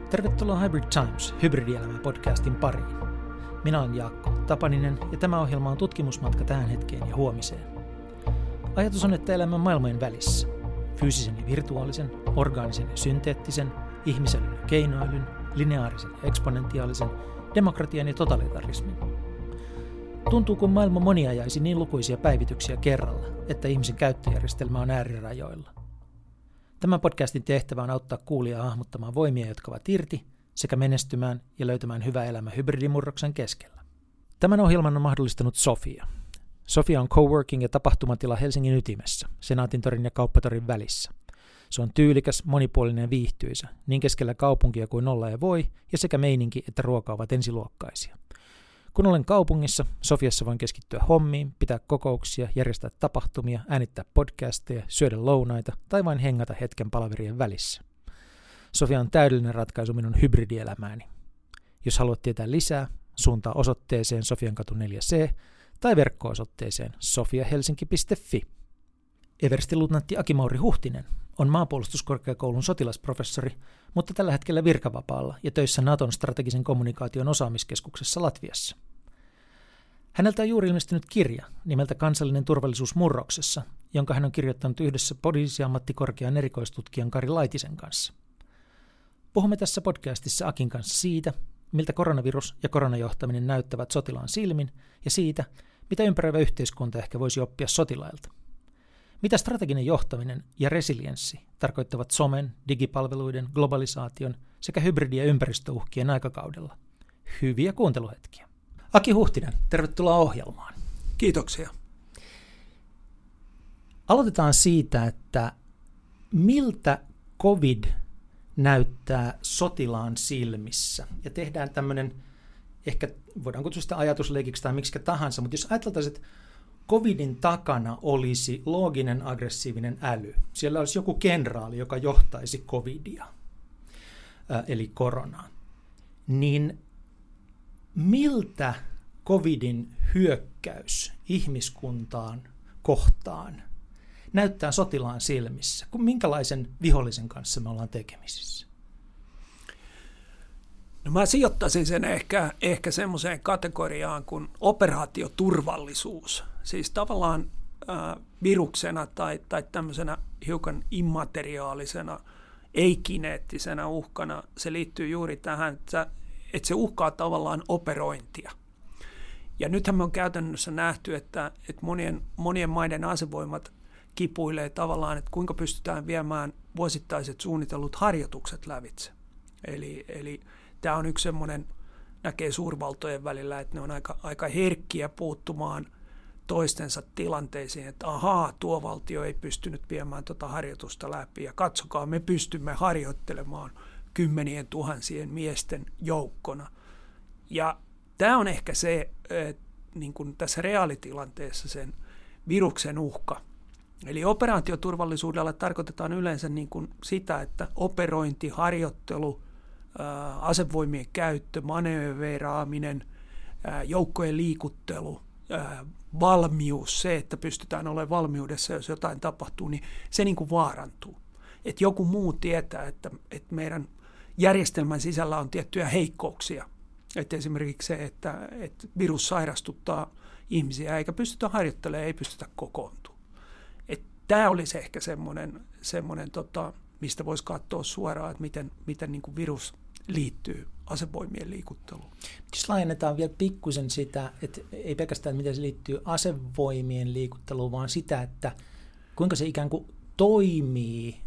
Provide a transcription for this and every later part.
Tervetuloa Hybrid Times, hybridielämä podcastin pariin. Minä olen Jaakko Tapaninen ja tämä ohjelma on tutkimusmatka tähän hetkeen ja huomiseen. Ajatus on, että elämä maailmojen välissä. Fyysisen ja virtuaalisen, orgaanisen ja synteettisen, ihmisellyn ja keinoälyn, lineaarisen ja eksponentiaalisen, demokratian ja totalitarismin. Tuntuu, kun maailma moniajaisi niin lukuisia päivityksiä kerralla, että ihmisen käyttöjärjestelmä on äärirajoilla. Tämän podcastin tehtävä on auttaa kuulijaa hahmottamaan voimia, jotka ovat irti, sekä menestymään ja löytämään hyvä elämä hybridimurroksen keskellä. Tämän ohjelman on mahdollistanut Sofia. Sofia on coworking ja tapahtumatila Helsingin ytimessä, Senaatintorin ja Kauppatorin välissä. Se on tyylikäs, monipuolinen ja viihtyisä, niin keskellä kaupunkia kuin olla ja voi, ja sekä meininki että ruoka ovat ensiluokkaisia. Kun olen kaupungissa, Sofiassa voin keskittyä hommiin, pitää kokouksia, järjestää tapahtumia, äänittää podcasteja, syödä lounaita tai vain hengata hetken palaverien välissä. Sofia on täydellinen ratkaisu minun hybridielämääni. Jos haluat tietää lisää, suuntaa osoitteeseen Sofiankatu 4C tai verkko-osoitteeseen sofiahelsinki.fi. Everstiluutnantti Aki-Mauri Huhtinen on maanpuolustuskorkeakoulun sotilasprofessori, mutta tällä hetkellä virkavapaalla ja töissä Naton strategisen kommunikaation osaamiskeskuksessa Latviassa. Häneltä on juuri ilmestynyt kirja nimeltä Kansallinen turvallisuus murroksessa, jonka hän on kirjoittanut yhdessä poliisiammattikorkean erikoistutkijan Kari Laitisen kanssa. Puhumme tässä podcastissa Akin kanssa siitä, miltä koronavirus ja koronajohtaminen näyttävät sotilaan silmin ja siitä, mitä ympäröivä yhteiskunta ehkä voisi oppia sotilailta. Mitä strateginen johtaminen ja resilienssi tarkoittavat somen, digipalveluiden, globalisaation sekä hybridi- ja ympäristöuhkien aikakaudella? Hyviä kuunteluhetkiä. Aki Huhtinen, tervetuloa ohjelmaan. Kiitoksia. Aloitetaan siitä, että miltä COVID näyttää sotilaan silmissä. Ja tehdään tämmöinen, ehkä voidaan kutsua sitä ajatusleikiksi tai miksikä tahansa, mutta jos ajateltaisiin, että COVIDin takana olisi looginen aggressiivinen äly. Siellä olisi joku kenraali, joka johtaisi COVIDia, eli koronaa. Niin miltä COVIDin hyökkäys ihmiskuntaan kohtaan näyttää sotilaan silmissä? Minkälaisen vihollisen kanssa me ollaan tekemisissä? No mä sijoittaisin sen ehkä semmoiseen kategoriaan kuin operaatioturvallisuus. Siis tavallaan viruksena tai tämmöisenä hiukan immateriaalisena, ei-kineettisenä uhkana se liittyy juuri tähän, että se uhkaa tavallaan operointia. Ja nythän me on käytännössä nähty, että monien maiden asevoimat kipuilee tavallaan, että kuinka pystytään viemään vuosittaiset suunnitellut harjoitukset lävitse. Eli tämä on yksi semmoinen, näkee suurvaltojen välillä, että ne on aika herkkiä puuttumaan toistensa tilanteisiin, että ahaa, tuo valtio ei pystynyt viemään tuota harjoitusta läpi, ja katsokaa, me pystymme harjoittelemaan 10 000 miesten joukkona. Ja tämä on ehkä se, niin kuin tässä reaalitilanteessa sen viruksen uhka. Eli operaatioturvallisuudella tarkoitetaan yleensä niin kuin sitä, että operointi, harjoittelu, asevoimien käyttö, manööveraaminen, joukkojen liikuttelu, valmius, se, että pystytään olemaan valmiudessa, jos jotain tapahtuu, niin se niin kuin vaarantuu. Että joku muu tietää, että meidän järjestelmän sisällä on tiettyjä heikkouksia. Että esimerkiksi se, että virus sairastuttaa ihmisiä eikä pystytä harjoittelemaan, ei pystytä kokoontumaan. Tämä olisi ehkä semmoinen mistä voisi katsoa suoraan, että miten niin kuin virus liittyy asevoimien liikutteluun. Jos laajennetaan vielä pikkusen sitä, että ei pelkästään miten se liittyy asevoimien liikutteluun, vaan sitä, että kuinka se ikään kuin toimii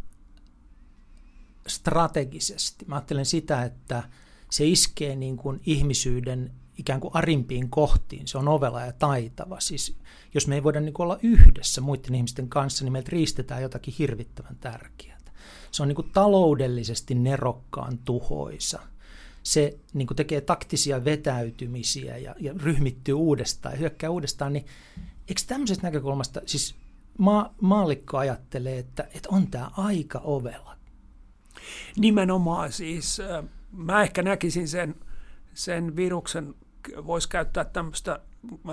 strategisesti. Mä ajattelen sitä, että se iskee niin kuin ihmisyyden ikään kuin arimpiin kohtiin. Se on ovela ja taitava. Siis, jos me ei voida niin kuin olla yhdessä muiden ihmisten kanssa, niin meiltä riistetään jotakin hirvittävän tärkeää. Se on niin kuin taloudellisesti nerokkaan tuhoisa. Se niin kuin tekee taktisia vetäytymisiä ja ryhmittyy uudestaan ja hyökkää uudestaan. Niin, eikö tämmöisestä näkökulmasta, siis maallikko ajattelee, että on tämä aika ovela? Nimenomaan siis. Mä ehkä näkisin sen viruksen, voisi käyttää tämmöistä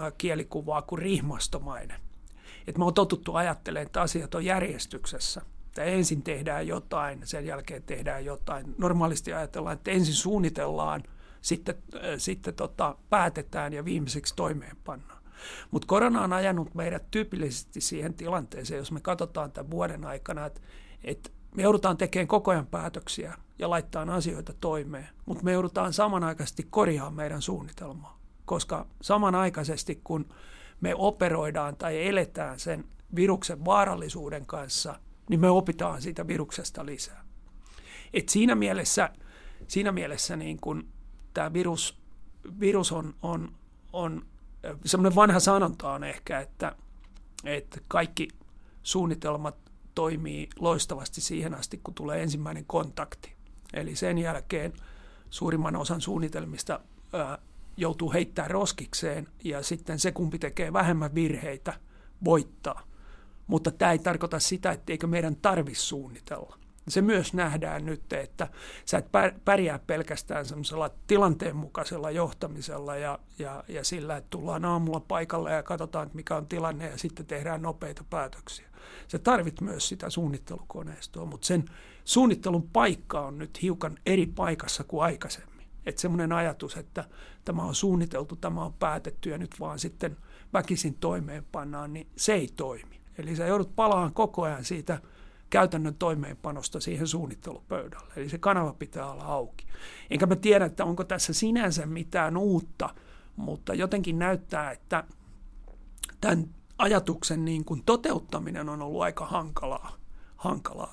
kielikuvaa kuin rihmastomainen. Että me on totuttu ajattelemaan, että asiat on järjestyksessä. että ensin tehdään jotain, sen jälkeen tehdään jotain. Normaalisti ajatellaan, että ensin suunnitellaan, sitten päätetään ja viimeiseksi toimeenpannaan. Mutta korona on ajanut meidät tyypillisesti siihen tilanteeseen, jos me katsotaan tämän vuoden aikana, että me joudutaan tekemään koko ajan päätöksiä ja laittaa asioita toimeen, mutta me joudutaan samanaikaisesti korjaamaan meidän suunnitelmaa, koska samanaikaisesti kun me operoidaan tai eletään sen viruksen vaarallisuuden kanssa, niin me opitaan siitä viruksesta lisää. Et siinä mielessä niin kun tämä virus on semmoinen vanha sanonta on ehkä, että kaikki suunnitelmat toimii loistavasti siihen asti, kun tulee ensimmäinen kontakti. Eli sen jälkeen suurimman osan suunnitelmista joutuu heittämään roskikseen ja sitten se, kumpi tekee vähemmän virheitä, voittaa. Mutta tämä ei tarkoita sitä, etteikö meidän tarvitse suunnitella. Se myös nähdään nyt, että sä et pärjää pelkästään semmoisella tilanteenmukaisella johtamisella ja sillä, että tullaan aamulla paikalle ja katsotaan, että mikä on tilanne ja sitten tehdään nopeita päätöksiä. Sä tarvit myös sitä suunnittelukoneistoa, mutta sen suunnittelun paikka on nyt hiukan eri paikassa kuin aikaisemmin. Että semmoinen ajatus, että tämä on suunniteltu, tämä on päätetty ja nyt vaan sitten väkisin toimeenpannaan, niin se ei toimi. Eli sä joudut palaamaan koko ajan siitä käytännön toimeenpanosta siihen suunnittelupöydälle. Eli se kanava pitää olla auki. Enkä mä tiedä, että onko tässä sinänsä mitään uutta, mutta jotenkin näyttää, että tämän ajatuksen niin kuin toteuttaminen on ollut aika hankalaa.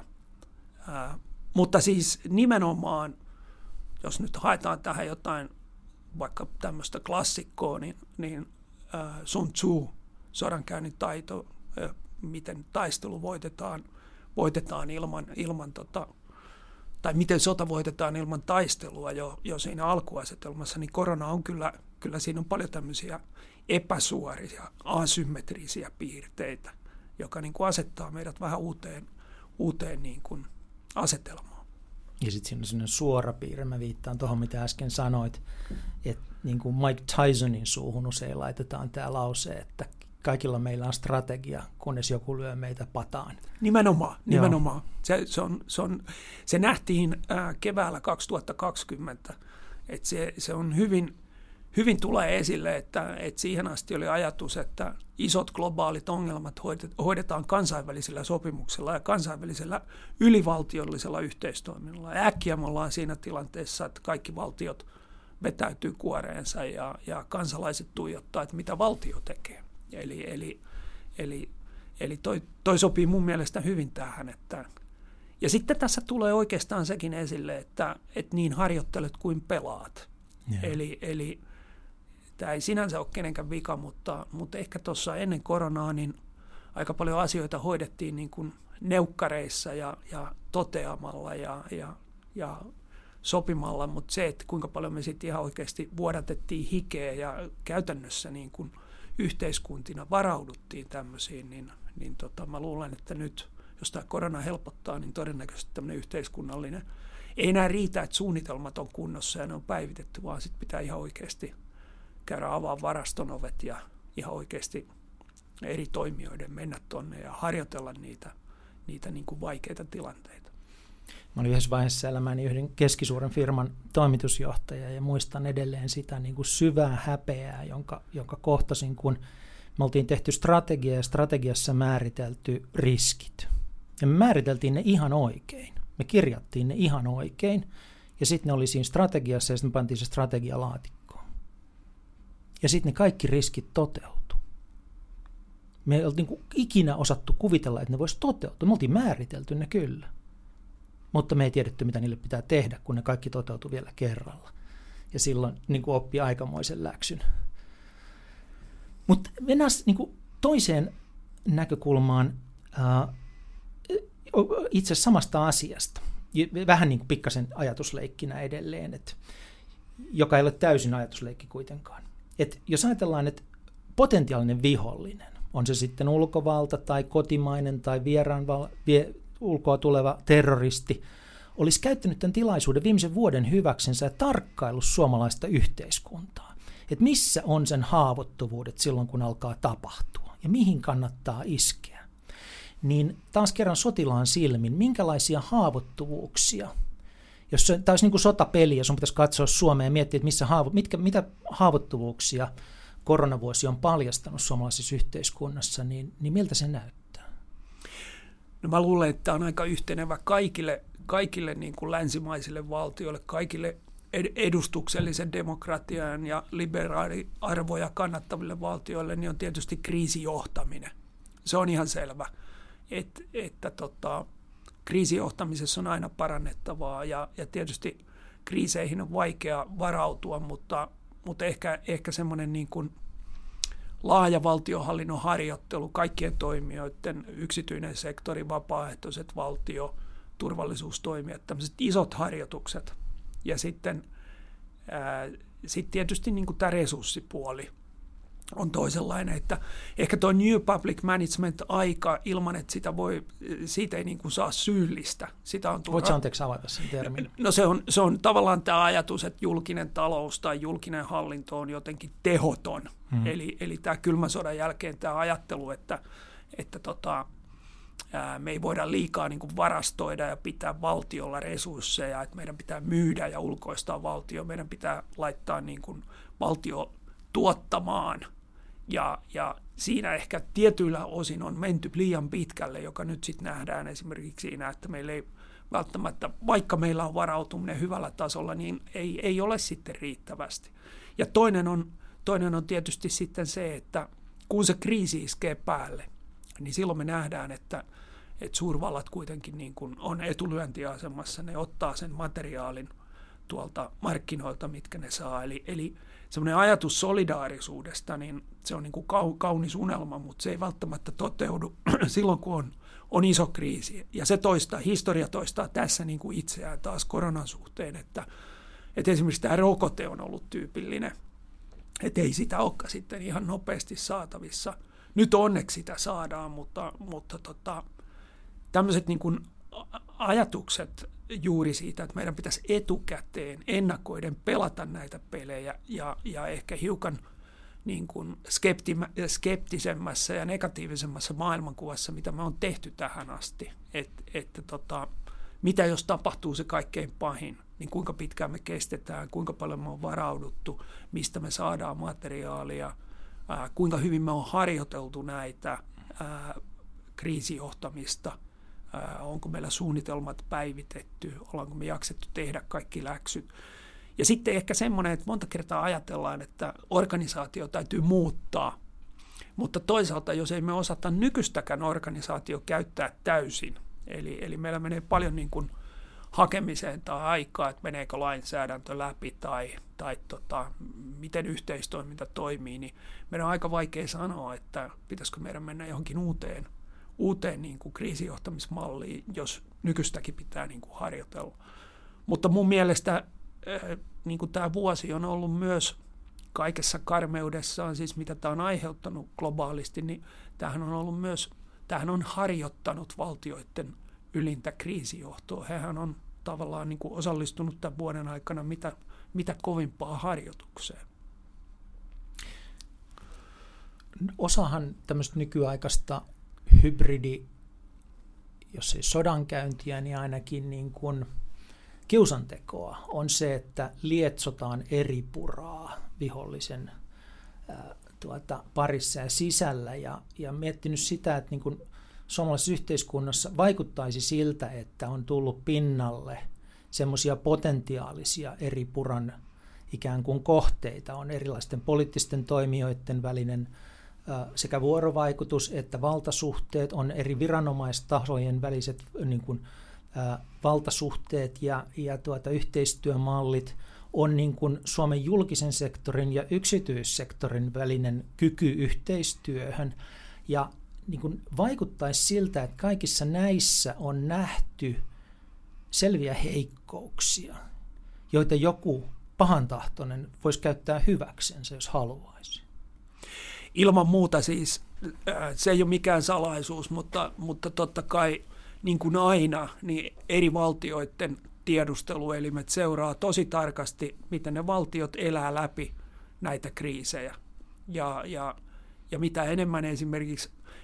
Mutta siis nimenomaan, jos nyt haetaan tähän jotain vaikka tämmöistä klassikkoa, niin Sun Tzu, sodankäynnin taito, miten taistelu voitetaan ilman tai miten sota voitetaan ilman taistelua jo siinä alkuasetelmassa, niin korona on kyllä siinä on paljon tämmöisiä epäsuoria, asymmetrisiä piirteitä, joka niin kuin asettaa meidät vähän uuteen niin kuin asetelmaan. Ja sitten siinä on sellainen suora piirre, mä viittaan tuohon, mitä äsken sanoit, että niin kuin Mike Tysonin suuhun usein laitetaan tämä lause, että kaikilla meillä on strategia, kunnes joku lyö meitä pataan. Nimenomaan. Se nähtiin keväällä 2020, että se on hyvin tulee esille, että siihen asti oli ajatus, että isot globaalit ongelmat hoidetaan kansainvälisillä sopimuksilla ja kansainvälisellä ylivaltiollisella yhteistoiminnalla. Ja äkkiä me ollaan siinä tilanteessa, että kaikki valtiot vetäytyy kuoreensa ja kansalaiset tuijottaa, että mitä valtio tekee. Eli toi sopii mun mielestä hyvin tähän. Ja sitten tässä tulee oikeastaan sekin esille, että niin harjoittelet kuin pelaat. Eli tämä ei sinänsä ole kenenkään vika, mutta ehkä tuossa ennen koronaa niin aika paljon asioita hoidettiin niin kuin neukkareissa ja toteamalla ja sopimalla, mutta se, että kuinka paljon me sitten ihan oikeasti vuodatettiin hikeä ja käytännössä niin kuin yhteiskuntina varauduttiin tämmöisiin, niin mä luulen, että nyt, jos tämä korona helpottaa, niin todennäköisesti tämmöinen yhteiskunnallinen ei enää riitä, että suunnitelmat on kunnossa ja ne on päivitetty, vaan sitten pitää ihan oikeasti käydä avaa varaston ovet ja ihan oikeasti eri toimijoiden mennä tonne ja harjoitella niitä niin kuin vaikeita tilanteita. Mä olin yhdessä vaiheessa elämäni yhden keskisuuren firman toimitusjohtaja ja muistan edelleen sitä niin kuin syvää häpeää, jonka kohtasin, kun me oltiin tehty strategia ja strategiassa määritelty riskit. Ja me määriteltiin ne ihan oikein. Me kirjattiin ne ihan oikein ja sitten ne oli siinä strategiassa ja sitten me pantiin se strategialaatikkoon. Ja sitten ne kaikki riskit toteutu. Me ei oltiin niin ikinä osattu kuvitella, että ne voisi toteutua. Me oltiin määritelty ne kyllä. Mutta me ei tiedetty, mitä niille pitää tehdä, kun ne kaikki toteutui vielä kerralla. Ja silloin niin kuin oppi aikamoisen läksyn. Mutta mennään niin kuin toiseen näkökulmaan itse samasta asiasta. Vähän niin kuin pikkasen ajatusleikkinä edelleen, joka ei ole täysin ajatusleikki kuitenkaan. Et jos ajatellaan, että potentiaalinen vihollinen, on se sitten ulkovalta tai kotimainen tai vieraan ulkoa tuleva terroristi, olisi käyttänyt tämän tilaisuuden viimeisen vuoden hyväksensä ja tarkkaillut suomalaista yhteiskuntaa. Että missä on sen haavoittuvuudet silloin, kun alkaa tapahtua ja mihin kannattaa iskeä. niin taas kerran sotilaan silmin, minkälaisia haavoittuvuuksia, jos tämä olisi niin kuin sotapeli ja sun pitäisi katsoa Suomeen ja miettiä, että mitä haavoittuvuuksia koronavuosi on paljastanut suomalaisessa yhteiskunnassa, niin miltä se näyttää? No mä luulen, että tämä on aika yhtenevä kaikille niin kuin länsimaisille valtioille, kaikille edustuksellisen demokratian ja liberaaliarvoja kannattaville valtioille, niin on tietysti kriisijohtaminen. Se on ihan selvä, että kriisijohtamisessa on aina parannettavaa ja tietysti kriiseihin on vaikea varautua, mutta ehkä semmoinen niin kuin laaja valtionhallinnon harjoittelu, kaikkien toimijoiden, yksityinen sektori, vapaaehtoiset valtio, turvallisuustoimijat, tämmöiset isot harjoitukset. Ja sitten tietysti niin kuin tämä resurssipuoli on toisenlainen, että ehkä tuo New Public Management-aika ilman, että siitä ei niin kuin saa syyllistä. Voitko anteeksi avata sen termin? No se on tavallaan tämä ajatus, että julkinen talous tai julkinen hallinto on jotenkin tehoton. Eli tämä kylmän sodan jälkeen tämä ajattelu, että me ei voida liikaa niin kuin varastoida ja pitää valtiolla resursseja, että meidän pitää myydä ja ulkoistaa valtio, meidän pitää laittaa niin kuin valtio tuottamaan. Ja siinä ehkä tietyillä osin on menty liian pitkälle, joka nyt sitten nähdään esimerkiksi siinä, että meillä ei välttämättä, vaikka meillä on varautuminen hyvällä tasolla, niin ei ole sitten riittävästi. Ja toinen on tietysti sitten se, että kun se kriisi iskee päälle, niin silloin me nähdään, että suurvallat kuitenkin niin kuin on etulyöntiasemassa, ne ottaa sen materiaalin tuolta markkinoilta, mitkä ne saa. Eli semmoinen ajatus solidaarisuudesta, niin se on niin kuin kaunis unelma, mutta se ei välttämättä toteudu silloin, kun on iso kriisi. Ja historia toistaa tässä niin kuin itseään taas koronan suhteen, että esimerkiksi tämä rokote on ollut tyypillinen, että ei sitä olekaan sitten ihan nopeasti saatavissa. Nyt onneksi sitä saadaan, mutta tämmöiset niin kuin ajatukset juuri siitä, että meidän pitäisi etukäteen ennakoiden pelata näitä pelejä ja ehkä hiukan niin kuin skeptisemmässä ja negatiivisemmassa maailmankuvassa, mitä me on tehty tähän asti. Mitä jos tapahtuu se kaikkein pahin, niin kuinka pitkään me kestetään, kuinka paljon me on varauduttu, mistä me saadaan materiaalia, kuinka hyvin me on harjoiteltu näitä kriisijohtamista, onko meillä suunnitelmat päivitetty, ollaanko me jaksettu tehdä kaikki läksyt. Ja sitten ehkä semmoinen, että monta kertaa ajatellaan, että organisaatio täytyy muuttaa, mutta toisaalta jos ei me osata nykyistäkään organisaatio käyttää täysin, eli meillä menee paljon niin kuin hakemiseen tai aikaa, että meneekö lainsäädäntö läpi tai miten yhteistoiminta toimii, niin meidän on aika vaikea sanoa, että pitäisikö meidän mennä johonkin uuteen niin kuin kriisijohtamismalliin, jos nykyistäkin pitää niin kuin harjoitella. Mutta mun mielestä niin kuin tämä vuosi on ollut myös kaikessa karmeudessaan, siis mitä tämä on aiheuttanut globaalisti, niin tämähän on harjoittanut valtioiden ylintä kriisijohtoa. Hehän on tavallaan niin kuin osallistunut tämän vuoden aikana mitä kovimpaa harjoitukseen. Osahan tämmöistä nykyaikaista jos ei sodankäyntiä, niin ainakin niin kuin kiusantekoa on se, että lietsotaan eripuraa vihollisen parissa ja sisällä. Ja miettinyt sitä, että niin kuin suomalaisessa yhteiskunnassa vaikuttaisi siltä, että on tullut pinnalle semmoisia potentiaalisia eripuran ikään kuin kohteita. On erilaisten poliittisten toimijoiden välinen sekä vuorovaikutus että valtasuhteet, on eri viranomaistahojen väliset niin kuin, valtasuhteet ja yhteistyömallit, on niin kuin Suomen julkisen sektorin ja yksityissektorin välinen kyky yhteistyöhön. Ja niin kuin vaikuttaisi siltä, että kaikissa näissä on nähty selviä heikkouksia, joita joku pahantahtoinen voisi käyttää hyväksensä, jos haluaisi. Ilman muuta siis, se ei ole mikään salaisuus, mutta totta kai niin kuin aina, niin eri valtioiden tiedusteluelimet seuraa tosi tarkasti, miten ne valtiot elää läpi näitä kriisejä. Ja mitä enemmän esimerkiksi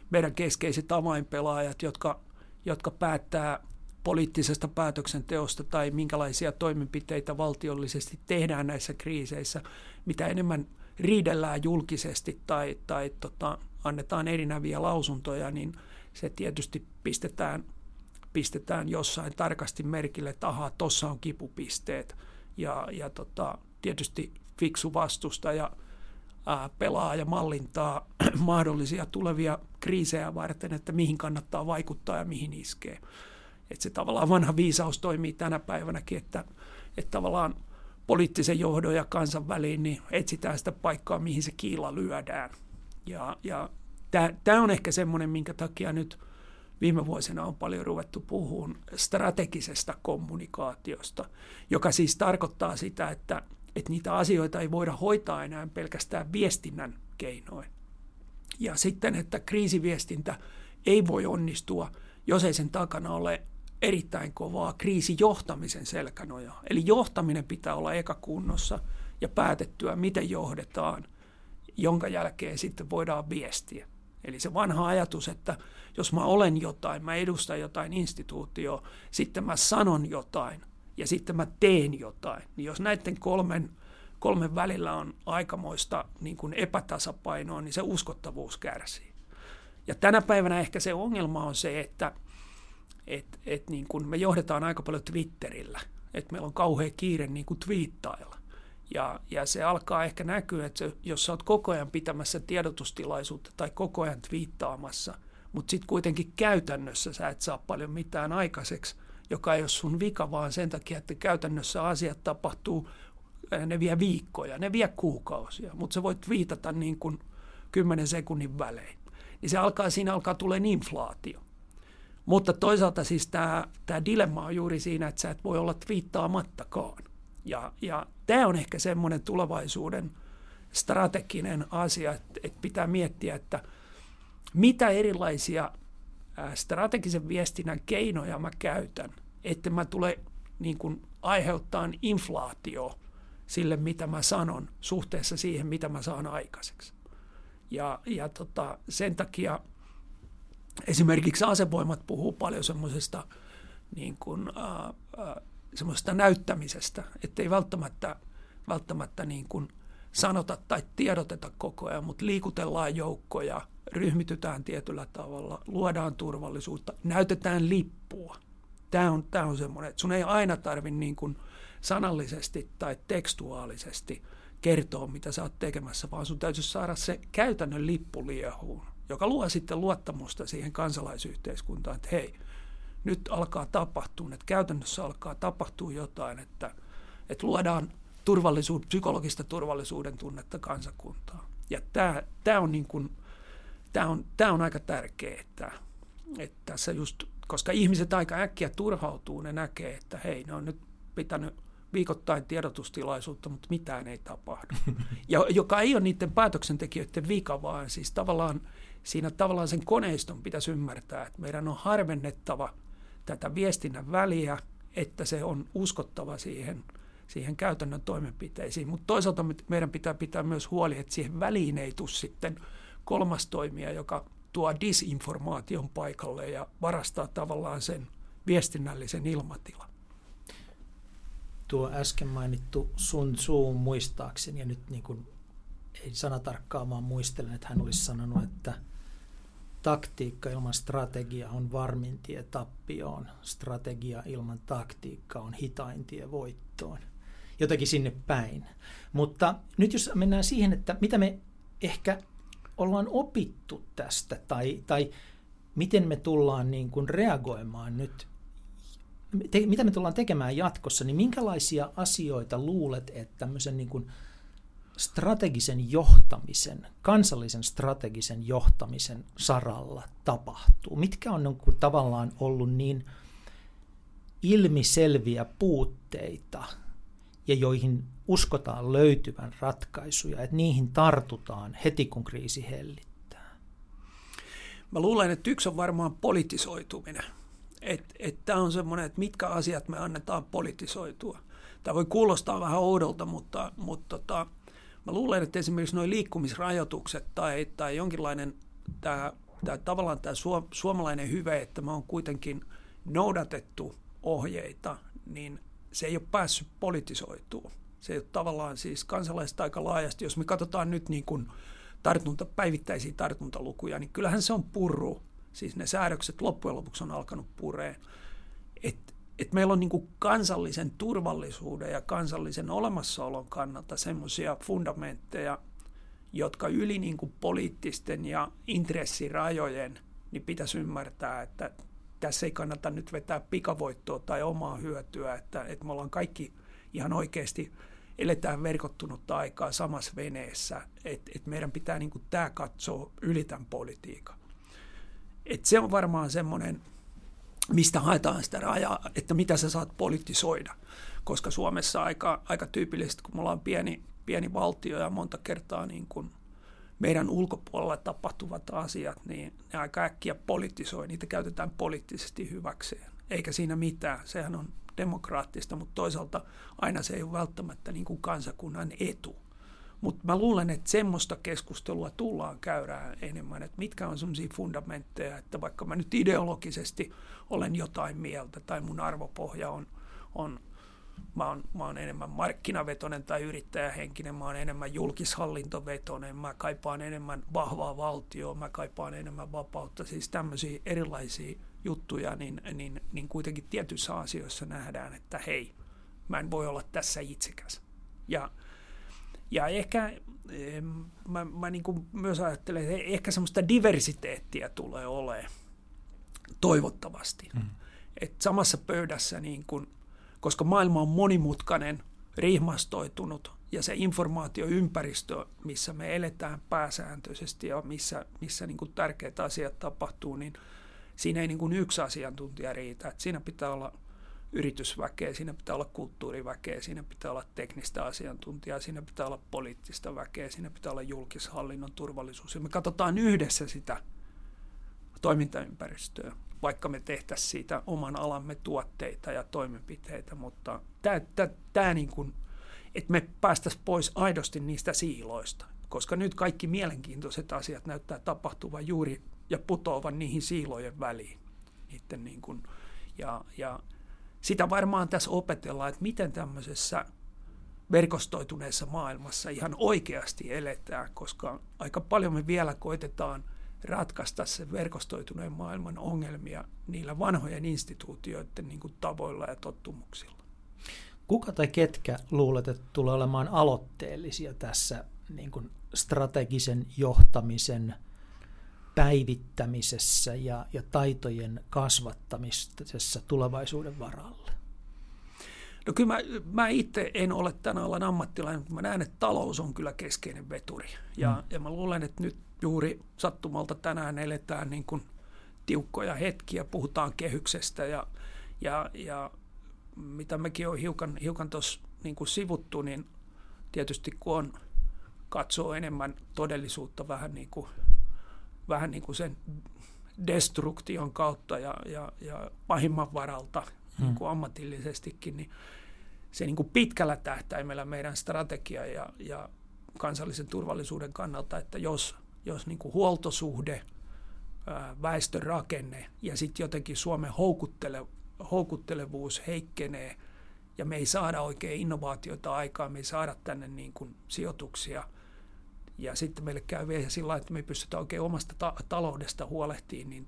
meidän keskeiset avainpelaajat, jotka päättää poliittisesta päätöksenteosta tai minkälaisia toimenpiteitä valtiollisesti tehdään näissä kriiseissä, mitä enemmän riidellään julkisesti tai annetaan erinäviä lausuntoja, niin se tietysti pistetään jossain tarkasti merkille, että ahaa, tuossa on kipupisteet. Ja tietysti fiksu vastustaja pelaa ja mallintaa mahdollisia tulevia kriisejä varten, että mihin kannattaa vaikuttaa ja mihin iskee. Että se tavallaan vanha viisaus toimii tänä päivänäkin, että tavallaan poliittisen johdon ja kansan väliin niin etsitään sitä paikkaa, mihin se kiila lyödään. Ja tämä on ehkä semmoinen, minkä takia nyt viime vuosina on paljon ruvettu puhumaan strategisesta kommunikaatiosta, joka siis tarkoittaa sitä, että niitä asioita ei voida hoitaa enää pelkästään viestinnän keinoin. Ja sitten, että kriisiviestintä ei voi onnistua, jos ei sen takana ole erittäin kovaa kriisijohtamisen selkänojaa. Eli johtaminen pitää olla eka kunnossa ja päätettyä, miten johdetaan, jonka jälkeen sitten voidaan viestiä. Eli se vanha ajatus, että jos mä olen jotain, mä edustan jotain instituutioa, sitten mä sanon jotain ja sitten mä teen jotain, niin jos näiden kolmen välillä on aikamoista niin kuin epätasapainoa, niin se uskottavuus kärsii. Ja tänä päivänä ehkä se ongelma on se, että niin kuin me johdetaan aika paljon Twitterillä, että meillä on kauhea kiire niin kuin twiittailla. Ja se alkaa ehkä näkyä, että jos sä oot koko ajan pitämässä tiedotustilaisuutta tai koko ajan twiittaamassa, mutta sitten kuitenkin käytännössä sä et saa paljon mitään aikaiseksi, joka ei ole sun vika, vaan sen takia, että käytännössä asiat tapahtuu, ne vie viikkoja, ne vie kuukausia, mutta sä voit twiitata niin kuin 10 sekunnin välein. Niin siinä alkaa tulemaan inflaatio. Mutta toisaalta siis tämä dilemma on juuri siinä, että sä et voi olla twiittaamattakaan. Ja tämä on ehkä semmoinen tulevaisuuden strateginen asia, että pitää miettiä, että mitä erilaisia strategisen viestinnän keinoja mä käytän, että mä tule niin kuin aiheuttaa inflaatio sille, mitä mä sanon suhteessa siihen, mitä mä saan aikaiseksi. Ja sen takia esimerkiksi asevoimat puhuu paljon semmoisesta niin kuin, semmoisesta näyttämisestä, ettei välttämättä niin kuin sanota tai tiedoteta koko ajan, mutta liikutellaan joukkoja, ryhmitytään tietyllä tavalla, luodaan turvallisuutta, näytetään lippua. Tämä on semmoinen, että sun ei aina tarvitse niin kuin sanallisesti tai tekstuaalisesti kertoa, mitä sä oot tekemässä, vaan sun täytyy saada se käytännön lippu liehuun, joka luo sitten luottamusta siihen kansalaisyhteiskuntaan, että hei, nyt alkaa tapahtua, että käytännössä alkaa tapahtua jotain, että luodaan psykologista turvallisuuden tunnetta kansakuntaan. Ja tämä on aika tärkeää, että tässä just, koska ihmiset aika äkkiä turhautuu, ne näkee, että hei, ne on nyt pitänyt viikoittain tiedotustilaisuutta, mutta mitään ei tapahdu. Ja joka ei ole niiden päätöksentekijöiden vika, vaan siis tavallaan sen koneiston pitäisi ymmärtää, että meidän on harvennettava tätä viestinnän väliä, että se on uskottava siihen käytännön toimenpiteisiin. Mutta toisaalta meidän pitää myös huoli, että siihen väliin ei tule sitten kolmas toimija, joka tuo disinformaation paikalle ja varastaa tavallaan sen viestinnällisen ilmatilan. Tuo äsken mainittu Sun Tzu muistaakseni, ja nyt niin kuin, ei sanatarkkaan, vaan muistelen, että hän olisi sanonut, että taktiikka ilman strategia on varmin tie tappioon, strategia ilman taktiikka on hitain tie voittoon. Jotakin sinne päin. Mutta nyt jos mennään siihen, että mitä me ehkä ollaan opittu tästä, tai miten me tullaan niin kuin reagoimaan nyt, mitä me tullaan tekemään jatkossa, niin minkälaisia asioita luulet, että tämmöisen niin kuin strategisen johtamisen, kansallisen strategisen johtamisen saralla tapahtuu? Mitkä on tavallaan ollut niin ilmiselviä puutteita ja joihin uskotaan löytyvän ratkaisuja, että niihin tartutaan heti kun kriisi hellittää? Mä luulen, että yksi on varmaan politisoituminen. Tämä on semmoinen, että mitkä asiat me annetaan politisoitua. Tämä voi kuulostaa vähän oudolta, mutta mä luulen, että esimerkiksi nuo liikkumisrajoitukset tai jonkinlainen tämä tavallaan tämä suomalainen hyve, että me on kuitenkin noudatettu ohjeita, niin se ei ole päässyt politisoitumaan. Se ei ole tavallaan siis kansalaiset aika laajasti. Jos me katsotaan nyt niin kuin päivittäisiä tartuntalukuja, niin kyllähän se on purru. Siis ne säädökset loppujen lopuksi on alkanut pureen. Et meillä on niin kuin kansallisen turvallisuuden ja kansallisen olemassaolon kannalta semmoisia fundamentteja, jotka yli niin kuin poliittisten ja intressirajojen niin pitäisi ymmärtää, että tässä ei kannata nyt vetää pikavoittoa tai omaa hyötyä, että me ollaan kaikki ihan oikeasti eletään verkottunutta aikaa samassa veneessä, että meidän pitää niin kuin tämä katsoa yli tämän politiikan. Et se on varmaan semmoinen, mistä haetaan sitä rajaa, että mitä sä saat politisoida, koska Suomessa aika tyypillisesti, kun me ollaan pieni valtio ja monta kertaa niin kuin meidän ulkopuolella tapahtuvat asiat, niin ne aika äkkiä politisoi, niitä käytetään poliittisesti hyväkseen. Eikä siinä mitään, sehän on demokraattista, mutta toisaalta aina se ei ole välttämättä niin kuin kansakunnan etu. Mutta mä luulen, että semmoista keskustelua tullaan käydään enemmän, että mitkä on semmoisia fundamentteja, että vaikka mä nyt ideologisesti olen jotain mieltä tai mun arvopohja mä oon enemmän markkinavetoinen tai yrittäjähenkinen, mä oon enemmän julkishallintovetoinen, mä kaipaan enemmän vahvaa valtioa, mä kaipaan enemmän vapautta, siis tämmöisiä erilaisia juttuja, niin kuitenkin tietyissä asioissa nähdään, että hei, mä en voi olla tässä itsekäs. Ja ehkä mä niin kuin myös ajattelen, että ehkä semmoista diversiteettiä tulee olemaan toivottavasti. Et samassa pöydässä, niin kuin, koska maailma on monimutkainen, rihmastoitunut ja se informaatioympäristö, missä me eletään pääsääntöisesti ja missä niin kuin tärkeät asiat tapahtuu, niin siinä ei niin kuin yksi asiantuntija riitä. Et siinä pitää olla yritysväkeä, siinä pitää olla kulttuuriväkeä, siinä pitää olla teknistä asiantuntijaa, siinä pitää olla poliittista väkeä, siinä pitää olla julkishallinnon turvallisuus. Ja me katsotaan yhdessä sitä toimintaympäristöä, vaikka me tehtäisiin siitä oman alamme tuotteita ja toimenpiteitä, mutta tämä niin kuin, että me päästäisiin pois aidosti niistä siiloista, koska nyt kaikki mielenkiintoiset asiat näyttää tapahtuvan juuri ja putoavan niihin siilojen väliin. Niiden niin kuin, ja sitä varmaan tässä opetellaan, että miten tämmöisessä verkostoituneessa maailmassa ihan oikeasti eletään, koska aika paljon me vielä koitetaan ratkaista se verkostoituneen maailman ongelmia niillä vanhojen instituutioiden niin kuin tavoilla ja tottumuksilla. Kuka tai ketkä luulet, että tulee olemaan aloitteellisia tässä niin kuin strategisen johtamisen päivittämisessä ja taitojen kasvattamisessa tulevaisuuden varalle? No kyllä mä itse en ole tämän alan ammattilainen, mutta mä näen, että talous on kyllä keskeinen veturi. Ja mä luulen, että nyt juuri sattumalta tänään eletään niin kuin tiukkoja hetkiä, puhutaan kehyksestä ja mitä mekin on hiukan tuossa niin kuin sivuttu, niin tietysti kun katsoo enemmän todellisuutta vähän niin kuin sen destruktion kautta ja pahimman varalta niin kuin ammatillisestikin, niin se niin kuin pitkällä tähtäimellä meidän strategia ja kansallisen turvallisuuden kannalta, että jos niin kuin huoltosuhde, väestön rakenne ja sitten jotenkin Suomen houkuttelevuus heikkenee ja me ei saada oikein innovaatioita aikaan, me ei saada tänne niin kuin sijoituksia ja sitten meille käy vielä sillä lailla, että me ei pystytä oikein omasta taloudesta huolehtimaan, niin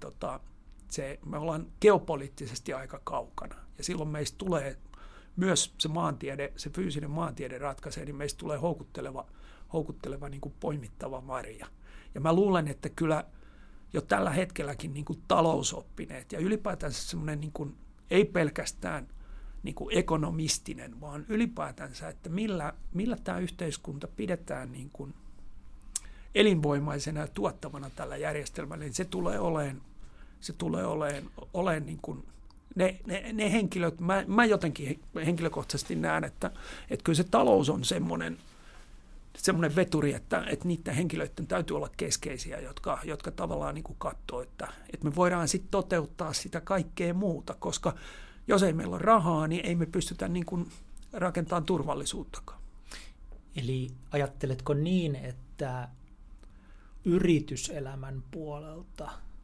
me ollaan geopoliittisesti aika kaukana ja silloin meistä tulee myös se fyysinen maantiede ratkaisee, niin meistä tulee houkutteleva niin kuin poimittava marja. Ja mä luulen, että kyllä jo tällä hetkelläkin niin kuin talousoppineet ja ylipäätänsä semmoinen niin kuin, ei pelkästään niin kuin ekonomistinen, vaan ylipäätänsä, että millä tämä yhteiskunta pidetään niin kuin elinvoimaisena ja tuottavana tällä järjestelmällä, niin se tulee olemaan niin kuin ne henkilöt, mä jotenkin henkilökohtaisesti näen, että kyllä se talous on semmoinen veturi, että niiden henkilöiden täytyy olla keskeisiä, jotka tavallaan niin kuin katsoo, että me voidaan sitten toteuttaa sitä kaikkea muuta, koska jos ei meillä ole rahaa, niin ei me pystytä niin kuin rakentamaan turvallisuuttakaan. Eli ajatteletko niin, että yrityselämän puolelta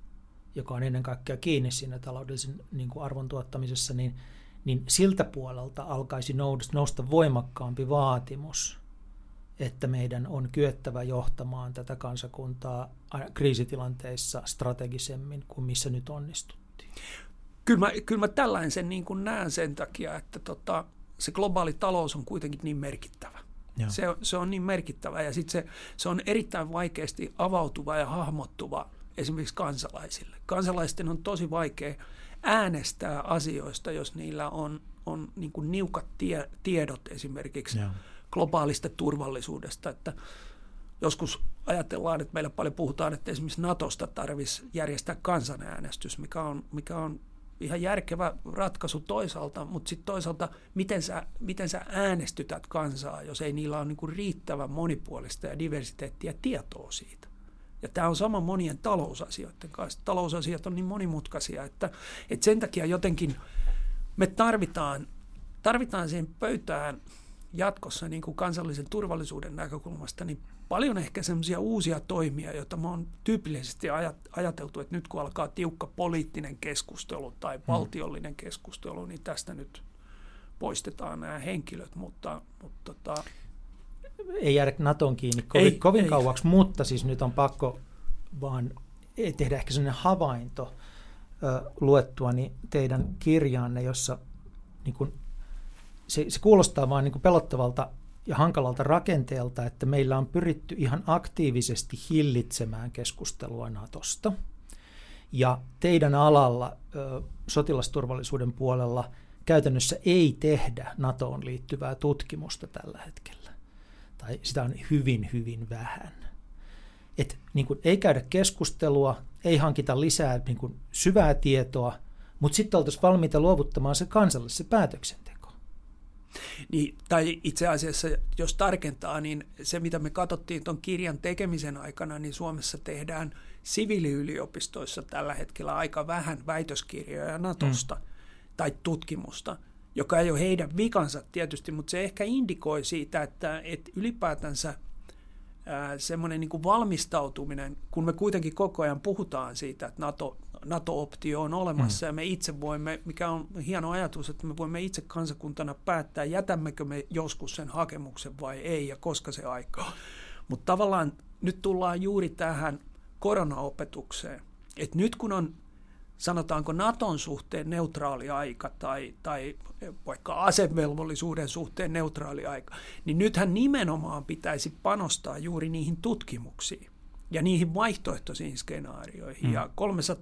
joka on ennen kaikkea kiinni siinä taloudellisen niin kuin arvon tuottamisessa, niin siltä puolelta alkaisi nousta voimakkaampi vaatimus, että meidän on kyettävä johtamaan tätä kansakuntaa kriisitilanteissa strategisemmin kuin missä nyt onnistuttiin. Kyllä mä tällainen sen niin kuin näen sen takia, että se globaali talous on kuitenkin niin merkittävä. Se on niin merkittävä ja sitten se on erittäin vaikeasti avautuva ja hahmottuva esimerkiksi kansalaisille. Kansalaisten on tosi vaikea äänestää asioista, jos niillä on niin kuin niukat tiedot esimerkiksi globaalista turvallisuudesta. Että joskus ajatellaan, että meillä paljon puhutaan, että esimerkiksi Natosta tarvitsisi järjestää kansanäänestys, mikä on ihan järkevä ratkaisu toisaalta, mutta sitten toisaalta, miten sä äänestytät kansaa, jos ei niillä ole niin kuin riittävän monipuolista ja diversiteettiä tietoa siitä. Ja tämä on sama monien talousasioiden kanssa. Talousasiat on niin monimutkaisia, että sen takia jotenkin me tarvitaan siihen pöytään jatkossa niin kuin kansallisen turvallisuuden näkökulmasta niin paljon ehkä semmoisia uusia toimia, joita me on tyypillisesti ajateltu, että nyt kun alkaa tiukka poliittinen keskustelu tai valtiollinen keskustelu, niin tästä nyt poistetaan nämä henkilöt, mutta ei jäädä Naton kiinni kovin kauaksi, mutta siis nyt on pakko vaan tehdä ehkä sellainen havainto luettuani teidän kirjaanne, jossa niin kun, se kuulostaa vaan niin kun pelottavalta ja hankalalta rakenteelta, että meillä on pyritty ihan aktiivisesti hillitsemään keskustelua Natosta. Ja teidän alalla sotilasturvallisuuden puolella käytännössä ei tehdä NATOon liittyvää tutkimusta tällä hetkellä. Tai sitä on hyvin, hyvin vähän. Et, niin kun, ei käydä keskustelua, ei hankita lisää niin kun, syvää tietoa, mutta sitten oltaisiin valmiita luovuttamaan se kansallisessa päätöksenteko. Niin, tai itse asiassa, jos tarkentaa, niin se mitä me katsottiin tuon kirjan tekemisen aikana, niin Suomessa tehdään siviiliyliopistoissa tällä hetkellä aika vähän väitöskirjoja Natosta tai tutkimusta, joka ei ole heidän vikansa tietysti, mutta se ehkä indikoi siitä, että ylipäätänsä semmoinen niin kuin valmistautuminen, kun me kuitenkin koko ajan puhutaan siitä, että NATO-optio on olemassa ja me itse voimme, mikä on hieno ajatus, että me voimme itse kansakuntana päättää, jätämmekö me joskus sen hakemuksen vai ei ja koska se aika. Mutta tavallaan nyt tullaan juuri tähän koronaopetukseen, että nyt kun on sanotaanko Naton suhteen neutraali aika tai vaikka asevelvollisuuden suhteen neutraali aika, niin nythän nimenomaan pitäisi panostaa juuri niihin tutkimuksiin ja niihin vaihtoehtoisiin skenaarioihin ja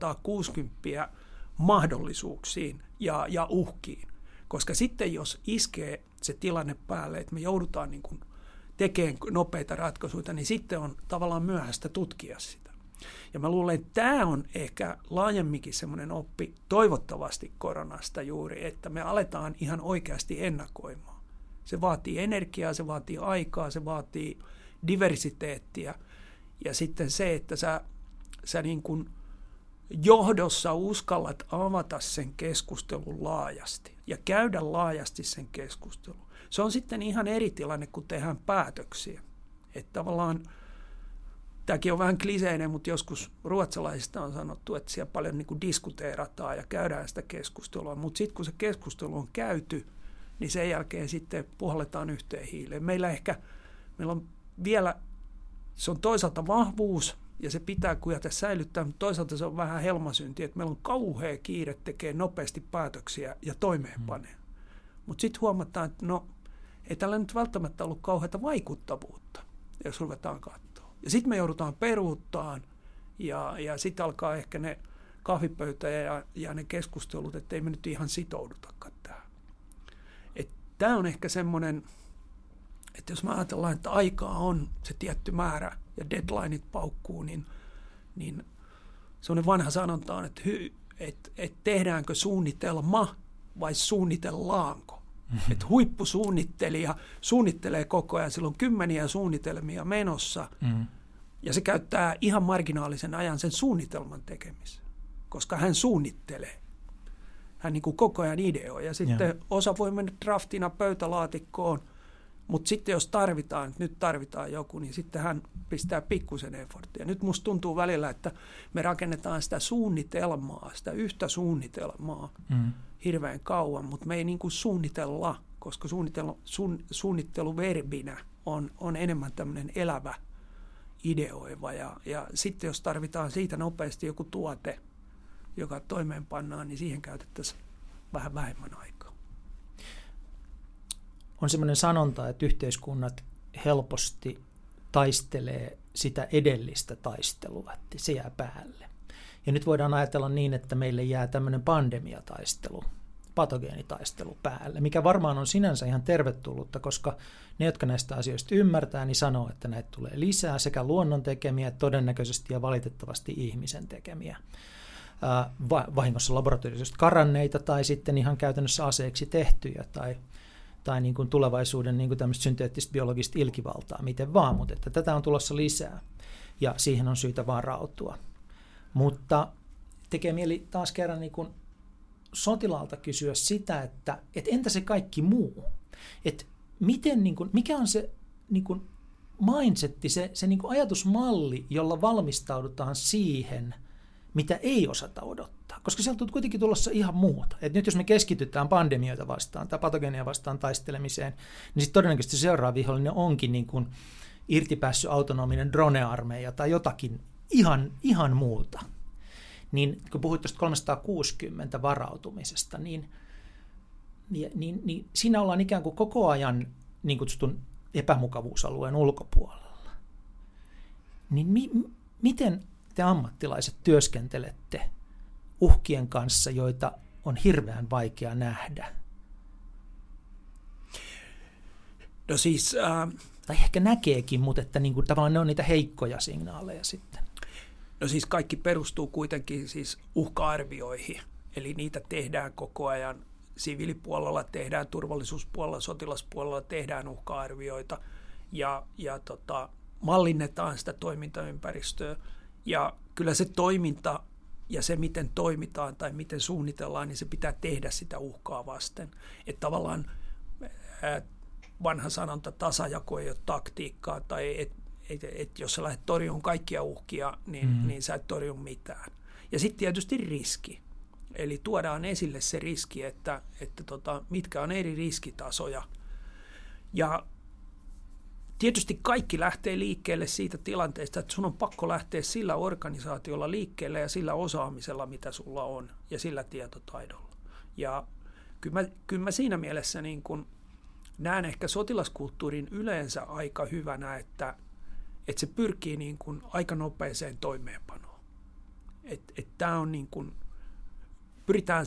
360 mahdollisuuksiin ja uhkiin. Koska sitten jos iskee se tilanne päälle, että me joudutaan niin kuin tekemään nopeita ratkaisuja, niin sitten on tavallaan myöhäistä tutkia sitä. Ja mä luulen, että tämä on ehkä laajemminkin semmoinen oppi toivottavasti koronasta juuri, että me aletaan ihan oikeasti ennakoimaan. Se vaatii energiaa, se vaatii aikaa, se vaatii diversiteettiä ja sitten se, että sä niin kuin johdossa uskallat avata sen keskustelun laajasti ja käydä laajasti sen keskustelun. Se on sitten ihan eri tilanne, kun tehdään päätöksiä. Että tavallaan tämäkin on vähän kliseinen, mutta joskus ruotsalaisista on sanottu, että siellä paljon niin kuin diskuteerataan ja käydään sitä keskustelua. Mutta sitten kun se keskustelu on käyty, niin sen jälkeen sitten puhalletaan yhteen hiileen. Meillä on vielä, se on toisaalta vahvuus ja se pitää kujata säilyttää, mutta toisaalta se on vähän helmasynti, että meillä on kauhea kiire tekee nopeasti päätöksiä ja toimeenpanee. Mutta sitten huomataan, että ei tällä nyt välttämättä ollut kauheata vaikuttavuutta, jos ruvetaan katsomaan. Ja sitten me joudutaan peruuttaan ja sitten alkaa ehkä ne kahvipöytä ja ne keskustelut, että ei me nyt ihan sitoudutakaan tähän. Tämä on ehkä semmoinen, että jos me ajatellaan, että aikaa on se tietty määrä ja deadlineit paukkuu, niin semmoinen vanha sanonta on, että tehdäänkö suunnitelma vai suunnitellaanko. Että huippusuunnittelija suunnittelee koko ajan, sillä on kymmeniä suunnitelmia menossa, ja se käyttää ihan marginaalisen ajan sen suunnitelman tekemiseen, koska hän suunnittelee. Hän niin kuin koko ajan ideoi, ja sitten osa voi mennä draftina pöytälaatikkoon, Mutta sitten jos nyt tarvitaan joku, niin sitten hän pistää pikkusen efforttia. Nyt musta tuntuu välillä, että me rakennetaan sitä suunnitelmaa, sitä yhtä suunnitelmaa hirveän kauan, mutta me ei niin kuin suunnitella, koska suunnittelu verbinä on enemmän tämmöinen elävä, ideoiva. Ja sitten jos tarvitaan siitä nopeasti joku tuote, joka toimeenpannaan, niin siihen käytettäisiin vähän vähemmän aikaa. On semmoinen sanonta, että yhteiskunnat helposti taistelee sitä edellistä taistelua, että se jää päälle. Ja nyt voidaan ajatella niin, että meille jää tämmöinen pandemiataistelu, patogeenitaistelu päälle, mikä varmaan on sinänsä ihan tervetullutta, koska ne, jotka näistä asioista ymmärtää, niin sanoo, että näitä tulee lisää sekä luonnon tekemiä, todennäköisesti ja valitettavasti ihmisen tekemiä. Vahingossa laboratorioista karanneita tai sitten ihan käytännössä aseeksi tehtyjä tai niin kuin tulevaisuuden niin kuin tämmöistä synteettistä biologista ilkivaltaa, miten vaan, mutta että tätä on tulossa lisää ja siihen on syytä varautua. Mutta tekee mieli taas kerran niin kuin sotilaalta kysyä sitä, että entä se kaikki muu? Että miten, niin kuin, mikä on se niin kuin mindsetti, se niin kuin ajatusmalli, jolla valmistaudutaan siihen, mitä ei osata odottaa, koska sieltä on kuitenkin tulossa ihan muuta. Et nyt jos me keskitytään pandemioita vastaan tai patogeenia vastaan taistelemiseen, niin sitten todennäköisesti seuraava vihollinen onkin niin kuin irtipäässyt autonominen drone-armeija tai jotakin ihan muuta. Niin kun puhuit tuosta 360 varautumisesta, niin siinä ollaan ikään kuin koko ajan niin kutsutun epämukavuusalueen ulkopuolella. Niin miten te ammattilaiset työskentelette uhkien kanssa, joita on hirveän vaikea nähdä? No siis... Tai ehkä näkeekin, mutta että niin kuin, tavallaan ne on niitä heikkoja signaaleja sitten. No siis kaikki perustuu kuitenkin siis uhka-arvioihin, eli niitä tehdään koko ajan. Siviilipuolella tehdään, turvallisuuspuolella, sotilaspuolella tehdään uhka-arvioita ja mallinnetaan sitä toimintaympäristöä. Ja kyllä se toiminta ja se, miten toimitaan tai miten suunnitellaan, niin se pitää tehdä sitä uhkaa vasten. Että tavallaan vanha sanonta tasajako ei ole taktiikkaa, tai että jos sä lähdet torjumaan kaikkia uhkia, niin sä et torju mitään. Ja sitten tietysti riski. Eli tuodaan esille se riski, että mitkä on eri riskitasoja. Ja tietysti kaikki lähtee liikkeelle siitä tilanteesta, että sun on pakko lähteä sillä organisaatiolla liikkeelle ja sillä osaamisella, mitä sulla on, ja sillä tietotaidolla. Ja kyllä mä siinä mielessä niin kun näen ehkä sotilaskulttuurin yleensä aika hyvänä, että se pyrkii niin kun aika nopeeseen toimeenpanoon. Tämä on niin kun, pyritään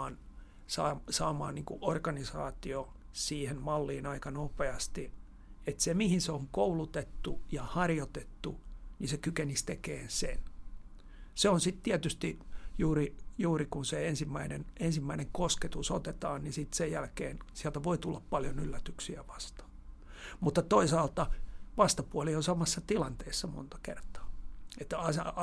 saamaan niin kun organisaatio siihen malliin aika nopeasti, että se, mihin se on koulutettu ja harjoitettu, niin se kykenisi tekemään sen. Se on sitten tietysti juuri kun se ensimmäinen kosketus otetaan, niin sitten sen jälkeen sieltä voi tulla paljon yllätyksiä vastaan. Mutta toisaalta vastapuoli on samassa tilanteessa monta kertaa. Että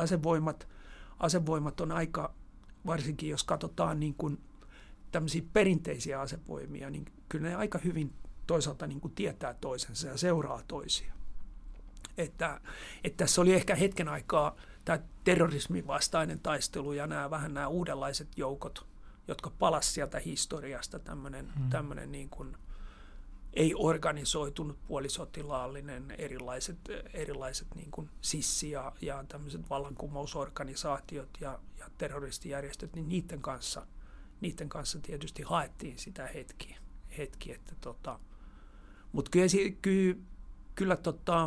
asevoimat on aika, varsinkin jos katsotaan niin kuin tämmöisiä perinteisiä asevoimia, niin kyllä ne aika hyvin toisaalta niin kuin tietää toisensa ja seuraa toisia. Että tässä oli ehkä hetken aikaa tämä terrorismin vastainen taistelu ja nämä uudenlaiset joukot, jotka palasivat sieltä historiasta, tämmöinen niin kuin ei organisoitunut puolisotilaallinen, erilaiset niin kuin sissi ja tämmöiset vallankumousorganisaatiot ja terroristijärjestöt, niin niiden kanssa tietysti haettiin sitä hetki että mutta kyllä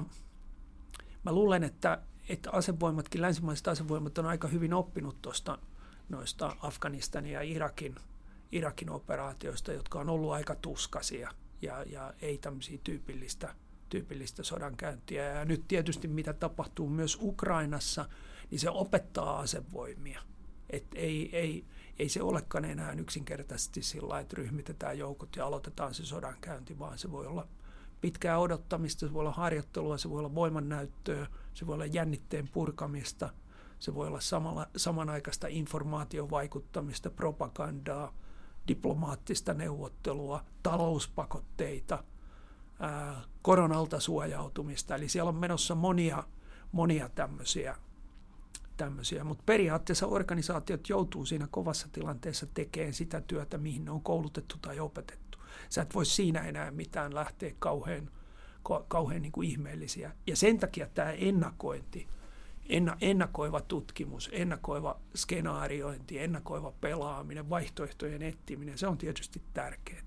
mä luulen, että asevoimatkin, länsimaiset asevoimat on aika hyvin oppinut noista Afganistanin ja Irakin operaatioista, jotka on ollut aika tuskaisia ja ei tämmöisiä tyypillistä sodankäyntiä. Ja nyt tietysti mitä tapahtuu myös Ukrainassa, niin se opettaa asevoimia. Että ei se olekaan enää yksinkertaisesti sillä lailla, että ryhmitetään joukot ja aloitetaan se sodankäynti, vaan se voi olla pitkää odottamista, se voi olla harjoittelua, se voi olla voimannäyttöä, se voi olla jännitteen purkamista, se voi olla samanaikaista informaatiovaikuttamista, propagandaa, diplomaattista neuvottelua, talouspakotteita, koronalta suojautumista. Eli siellä on menossa monia tämmöisiä, mutta periaatteessa organisaatiot joutuu siinä kovassa tilanteessa tekemään sitä työtä, mihin ne on koulutettu tai opetettu. Sä et voi siinä enää mitään lähteä kauhean niin kuin ihmeellisiä. Ja sen takia tämä ennakointi, ennakoiva tutkimus, ennakoiva skenaariointi, ennakoiva pelaaminen, vaihtoehtojen etsiminen, se on tietysti tärkeää.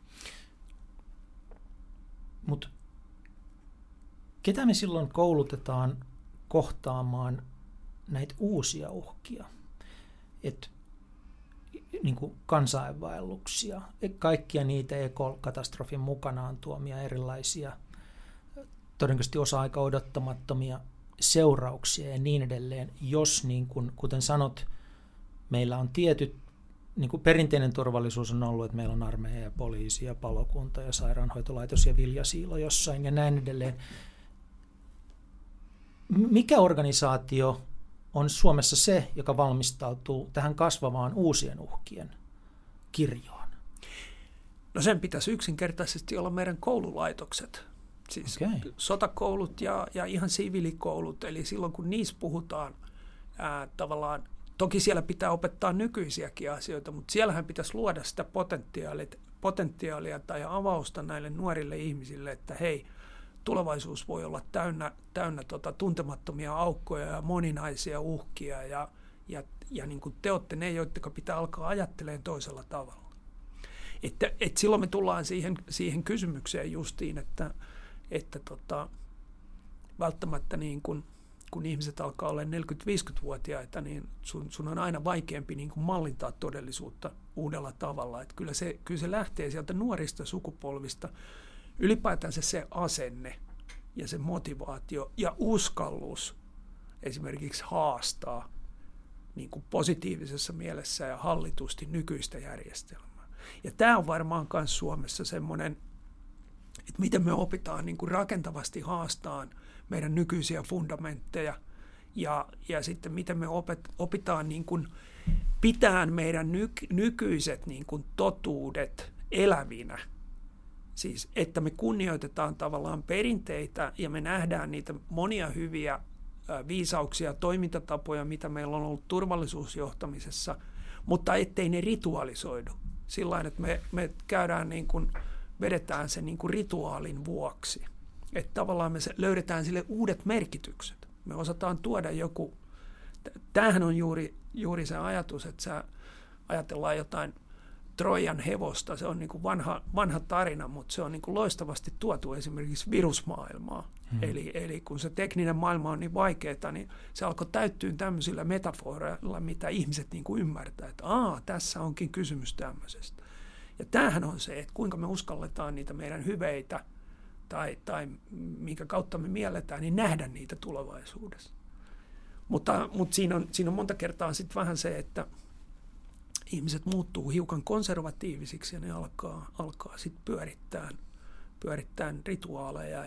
Mutta ketä me silloin koulutetaan kohtaamaan näitä uusia uhkia? Niin kuin kansainvaelluksia, kaikkia niitä katastrofin mukanaan tuomia erilaisia, todennäköisesti osa aika odottamattomia seurauksia ja niin edelleen, jos niin kuin, kuten sanot, meillä on tietyt, niin kuin perinteinen turvallisuus on ollut, että meillä on armeija ja poliisi ja palokunta ja sairaanhoitolaitos ja viljasiilo jossain ja näin edelleen. Mikä organisaatio on Suomessa se, joka valmistautuu tähän kasvavaan uusien uhkien kirjoon? No sen pitäisi yksinkertaisesti olla meidän koululaitokset. Siis sotakoulut ja ihan siviilikoulut. Eli silloin kun niissä puhutaan tavallaan, toki siellä pitää opettaa nykyisiäkin asioita, mutta siellähän pitäisi luoda sitä potentiaalia tai avausta näille nuorille ihmisille, että hei, tulevaisuus voi olla täynnä tuntemattomia aukkoja ja moninaisia uhkia ja niin kuin te olette ne, jotka pitää alkaa ajattelemaan toisella tavalla. Että silloin me tullaan siihen kysymykseen justiin, että välttämättä niin kun ihmiset alkaa olla 40-50-vuotiaita, niin sun on aina vaikeampi niin kuin mallintaa todellisuutta uudella tavalla. Että kyllä se lähtee sieltä nuorista sukupolvista. Ylipäätänsä se asenne ja se motivaatio ja uskallus esimerkiksi haastaa niin kuin positiivisessa mielessä ja hallitusti nykyistä järjestelmää. Ja tämä on varmaan myös Suomessa semmoinen, että miten me opitaan niin kuin rakentavasti haastaan meidän nykyisiä fundamentteja ja sitten miten me opitaan niin kuin pitämään meidän nykyiset niin kuin totuudet elävinä. Siis, että me kunnioitetaan tavallaan perinteitä ja me nähdään niitä monia hyviä viisauksia, toimintatapoja, mitä meillä on ollut turvallisuusjohtamisessa, mutta ettei ne ritualisoidu. Sillain, että me käydään niin kuin, vedetään se niin kuin rituaalin vuoksi. Että tavallaan me löydetään sille uudet merkitykset. Me osataan tuoda joku, tämähän on juuri se ajatus, että sä ajatellaan jotain Trojan hevosta, se on niin kuin vanha tarina, mutta se on niin kuin loistavasti tuotu esimerkiksi virusmaailmaan. Eli kun se tekninen maailma on niin vaikeaa, niin se alkoi täyttyä tämmöisillä metaforeilla, mitä ihmiset niin kuin ymmärtää, että tässä onkin kysymys tämmöisestä. Ja tämähän on se, että kuinka me uskalletaan niitä meidän hyveitä tai minkä kautta me mielletään, niin nähdä niitä tulevaisuudessa. Mutta siinä on monta kertaa sitten vähän se, että ihmiset muuttuu hiukan konservatiivisiksi ja ne alkaa sitten pyörittää rituaaleja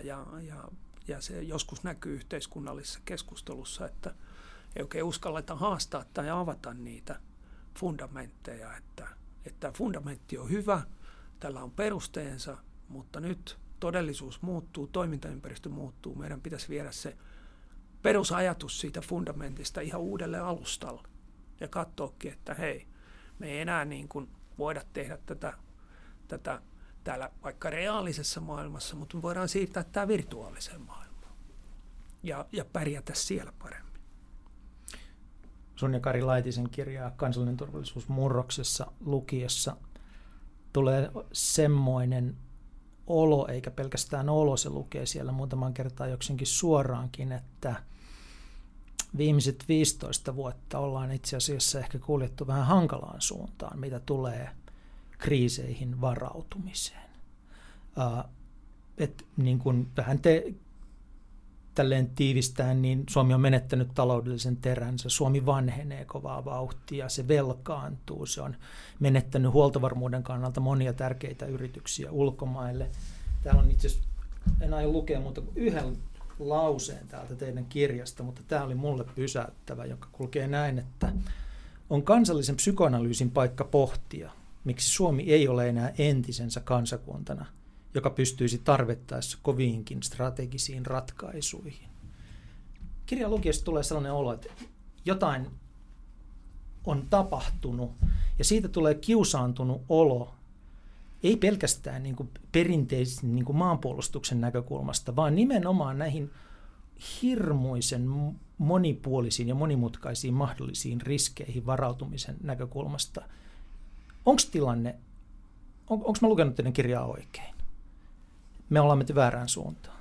ja se joskus näkyy yhteiskunnallisessa keskustelussa, että ei oikein uskalleta haastaa tai avata niitä fundamentteja, että fundamentti on hyvä, tällä on perusteensa, mutta nyt todellisuus muuttuu, toimintaympäristö muuttuu, meidän pitäisi viedä se perusajatus siitä fundamentista ihan uudelle alustalle ja katsoakin, että hei, me ei enää niin kuin voida tehdä tätä täällä vaikka reaalisessa maailmassa, mutta me voidaan siirtää tämä virtuaaliseen maailmaan ja pärjätä siellä paremmin. Sun ja Kari Laitisen kirjaa Kansallinen turvallisuus murroksessa lukiessa tulee semmoinen olo, eikä pelkästään olo, se lukee siellä muutaman kertaa jokseenkin suoraankin, että viimeiset 15 vuotta ollaan itse asiassa ehkä kuljettu vähän hankalaan suuntaan, mitä tulee kriiseihin varautumiseen. Niin kuin vähän tälleen tiivistään, niin Suomi on menettänyt taloudellisen teränsä. Suomi vanhenee kovaa vauhtia, se velkaantuu, se on menettänyt huoltovarmuuden kannalta monia tärkeitä yrityksiä ulkomaille. Täällä on itse asiassa, en aio lukea muuta kuin yhden lauseen täältä teidän kirjasta, mutta tämä oli mulle pysäyttävä, joka kulkee näin, että on kansallisen psykoanalyysin paikka pohtia, miksi Suomi ei ole enää entisensä kansakuntana, joka pystyisi tarvittaessa koviinkin strategisiin ratkaisuihin. Kirjan lukiessa tulee sellainen olo, että jotain on tapahtunut ja siitä tulee kiusaantunut olo, ei pelkästään niin kuin perinteisen niin kuin maanpuolustuksen näkökulmasta, vaan nimenomaan näihin hirmuisen monipuolisiin ja monimutkaisiin mahdollisiin riskeihin varautumisen näkökulmasta. Onko mä lukenut teidän kirjaa oikein? Me ollaan menty väärään suuntaan.